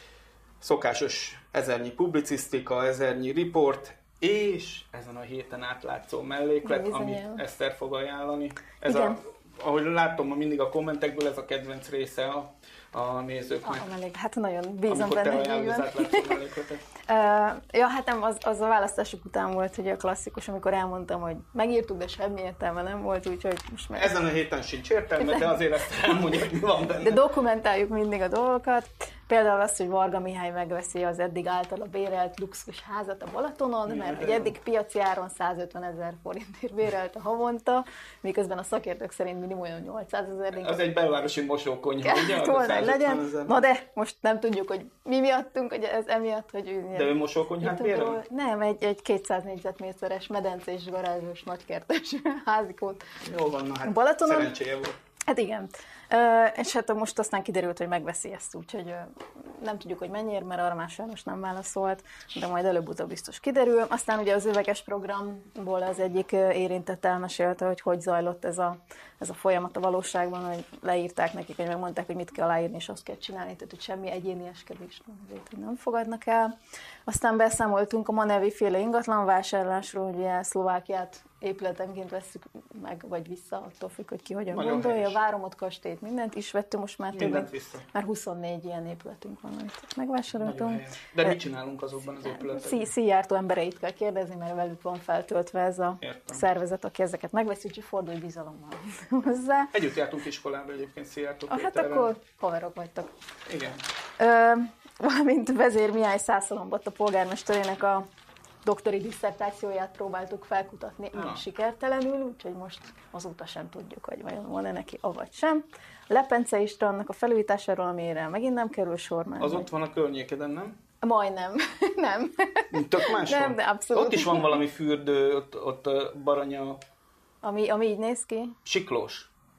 Szokásos ezernyi publicisztika, ezernyi riport, és ezen a héten átlátszó melléklet, amit Eszter fog ajánlani. Ez a, ahogy látom mindig a kommentekből, ez a kedvenc része a, a nézőknek. A mellék, hát nagyon bízom amikor benne. Amikor te ajánlod az átlátszó mellékletet. uh, ja, hát nem, az, az a választások után volt ugye a klasszikus, amikor elmondtam, hogy megírtuk, de semmi értelme nem volt, úgyhogy most meg... Ezen a héten sincs értelme, de azért ezt elmondja, hogy mi van benne. De dokumentáljuk mindig a dolgokat. Például azt, hogy Varga Mihály megveszi az eddig általa bérelt luxus házat a Balatonon, mert hogy eddig piaci áron százötvenezer forintért bérelte havonta, miközben a szakértők szerint minimum olyan nyolcszázezer. Az egy belvárosi mosókonyha, ugye? Legyen. Na de most nem tudjuk, hogy mi miattunk, hogy ez emiatt, hogy... De ő mosókonyhát bérel? Nem, egy, egy kétszáz négyzetméteres medencés, garázsos, nagykertes házikót. Jó van, na hát Balatonon. Szerencséje volt. Hát igen. Uh, és hát most aztán kiderült, hogy megveszi ezt, úgyhogy uh, nem tudjuk, hogy mennyiért, mert arra már sajnos nem válaszolt, de majd előbb-utóbb biztos kiderül. Aztán ugye az üveges programból az egyik uh, érintett elmesélte, hogy hogy zajlott ez a, ez a folyamat a valóságban, hogy leírták nekik, hogy megmondták, hogy mit kell aláírni, és azt kell csinálni, tehát hogy semmi egyénieskedést nem fogadnak el. Aztán beszámoltunk a Manevi féle ingatlan vásárlásról, ugye Szlovákiát épületenként vesszük meg, vagy vissza, attól függ, hogy ki hogyan nagyon gondolja. Helyes. Váromot, kastélyt, mindent is vettünk, most már több, már huszonnégy ilyen épületünk van, amit megvásároltunk. De mit csinálunk azokban az épületekben? Szíjártó embereit kell kérdezni, mert velük van feltöltve ez a Értem. szervezet, aki ezeket megveszi, úgyhogy fordulj bizalommal hozzá. Együtt jártunk iskolába egyébként Szijjártó ah, Hát akkor haverok vagytok. Igen. Ö, valamint Vezér Mihály Szászalombott a polgármesterének a doktori disszertációját próbáltuk felkutatni, ám sikertelenül, úgyhogy most azóta sem tudjuk, hogy vajon van-e neki, avagy sem. Lepence Istvánnak a felújításáról, amire megint nem kerül sor már. Az ott van a környékeden, nem? Majdnem. Nem. Tök más Nem, van? de abszolút. Ott is van valami fürdő, ott, ott Baranya... Ami, ami így néz ki? Siklós.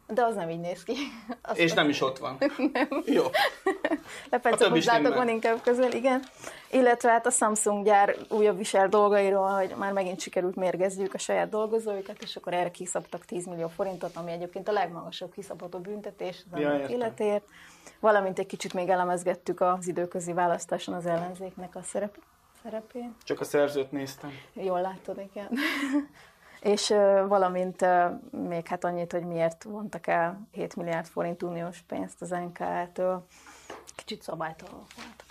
De az nem így néz ki. Azt és nem is ott van. Nem. Jó. Lepencehozzátok van inkább közel, igen. Illetve hát a Samsung gyár újabb visel dolgairól, hogy már megint sikerült mérgezzük a saját dolgozóikat, és akkor erre kiszabtak tíz millió forintot, ami egyébként a legmagasabb kiszabható büntetés az ja, életért. Valamint egy kicsit még elemezgettük az időközi választáson az ellenzéknek a szerep, szerepén. Csak a szerzőt néztem. Jól látod, igen. És uh, valamint uh, még hát annyit, hogy miért vontak el hét milliárd forint uniós pénzt az en ká á-től. Kicsit szabálytalanok voltak.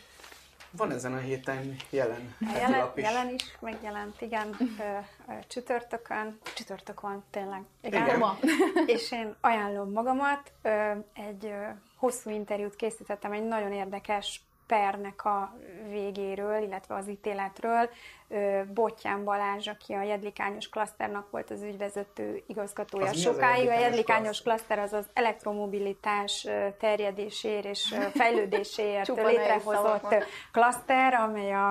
Van ezen a héten jelen. Jelen is. jelen is megjelent, igen, csütörtökön, csütörtökön tényleg. Igen. igen. És én ajánlom magamat, egy hosszú interjút készítettem egy nagyon érdekes pernek a végéről, illetve az ítéletről. Bottyán Balázs, aki a Jedlikányos Klaszternak volt az ügyvezető igazgatója az sokáig. A Jedlikányos Klaszter az az elektromobilitás terjedéséért és fejlődéséért létrehozott klaszter, amely a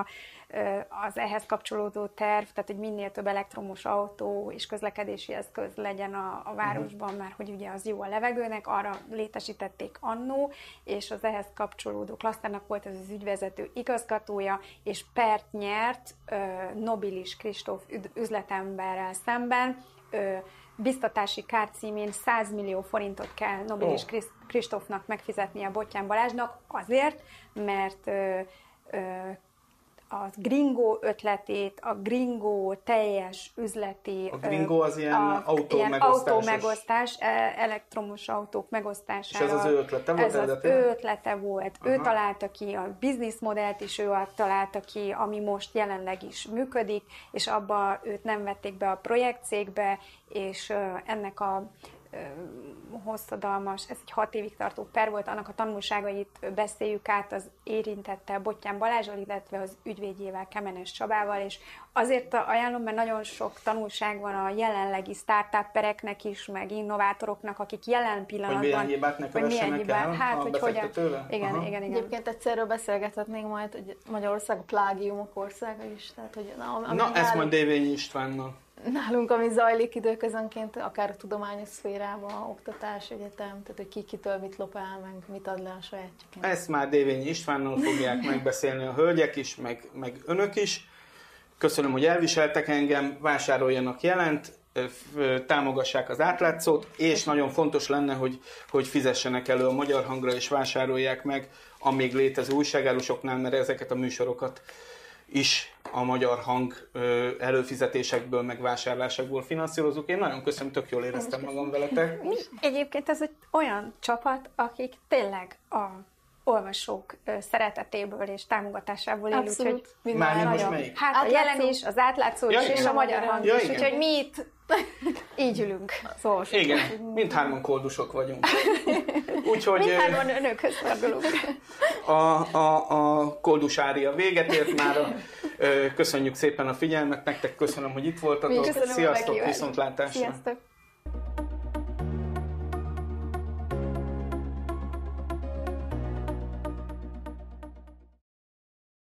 az ehhez kapcsolódó terv, tehát hogy minél több elektromos autó és közlekedési eszköz legyen a, a városban, mert hogy ugye az jó a levegőnek, arra létesítették annó, és az ehhez kapcsolódó klaszternak volt ez az ügyvezető igazgatója, és pert nyert uh, Nobilis Kristóf üzletemberrel szemben, uh, biztatási kár címén száz millió forintot kell Nobilis oh. Kristófnak megfizetnie Bottyán Balázsnak azért, mert uh, uh, a Gringo ötletét, a Gringo teljes üzleti... A Gringo az ilyen autómegosztás. Autómegosztás, elektromos autók megosztására. És ez az ő ötlete volt? Ez az ő ötlete volt. Aha. Ő találta ki, a bizniszmodellt is ő találta ki, ami most jelenleg is működik, és abba őt nem vették be a projektcégbe, és ennek a hosszadalmas, ez egy hat évig tartó per volt, annak a tanulságait beszéljük át az érintettel Bottyán Balázsral, illetve az ügyvédjével, Kemenes Csabával, és azért ajánlom, mert nagyon sok tanulság van a jelenlegi startupereknek is, meg innovátoroknak, akik jelen pillanatban... Hogy milyen hibát ne kövessenek el hát, a hogy hogyan, igen, Aha. igen, igen. Egyébként egyszerről beszélgethetnénk majd, hogy Magyarország a plágiumok országa is. Tehát, hogy, na, na ezt majd Dévényi Istvánnal. Nálunk, ami zajlik időközönként, akár a tudományos szférában, oktatás, egyetem, tehát hogy ki kitől mit lopál, meg mit ad le a sajátjaként. Ezt már Dévényi Istvánnal fogják megbeszélni a hölgyek is, meg, meg önök is. Köszönöm, hogy elviseltek engem, vásároljanak jelent, támogassák az átlátszót, és nagyon fontos lenne, hogy, hogy fizessenek elő a Magyar Hangra, és vásárolják meg a még létező újságárusoknál, mert ezeket a műsorokat is a Magyar Hang előfizetésekből, meg vásárlásokból finanszírozunk. Én nagyon köszönöm, tök jól éreztem magam veletek. Egyébként ez egy olyan csapat, akik tényleg a olvasók szeretetéből és támogatásából él, úgyhogy Már most melyik? Hát a jelen is, az átlátszó ja, is, és a Magyar Hang ja, is, úgyhogy mi itt így ülünk. Szóval igen, mindhárman koldusok vagyunk. Úgyhogy mindhárman önökhöz fordulunk. A, a, a koldus ária véget ért már. Köszönjük szépen a figyelmet, nektek köszönöm, hogy itt voltatok. Köszönöm. Sziasztok, viszontlátásra. Sziasztok.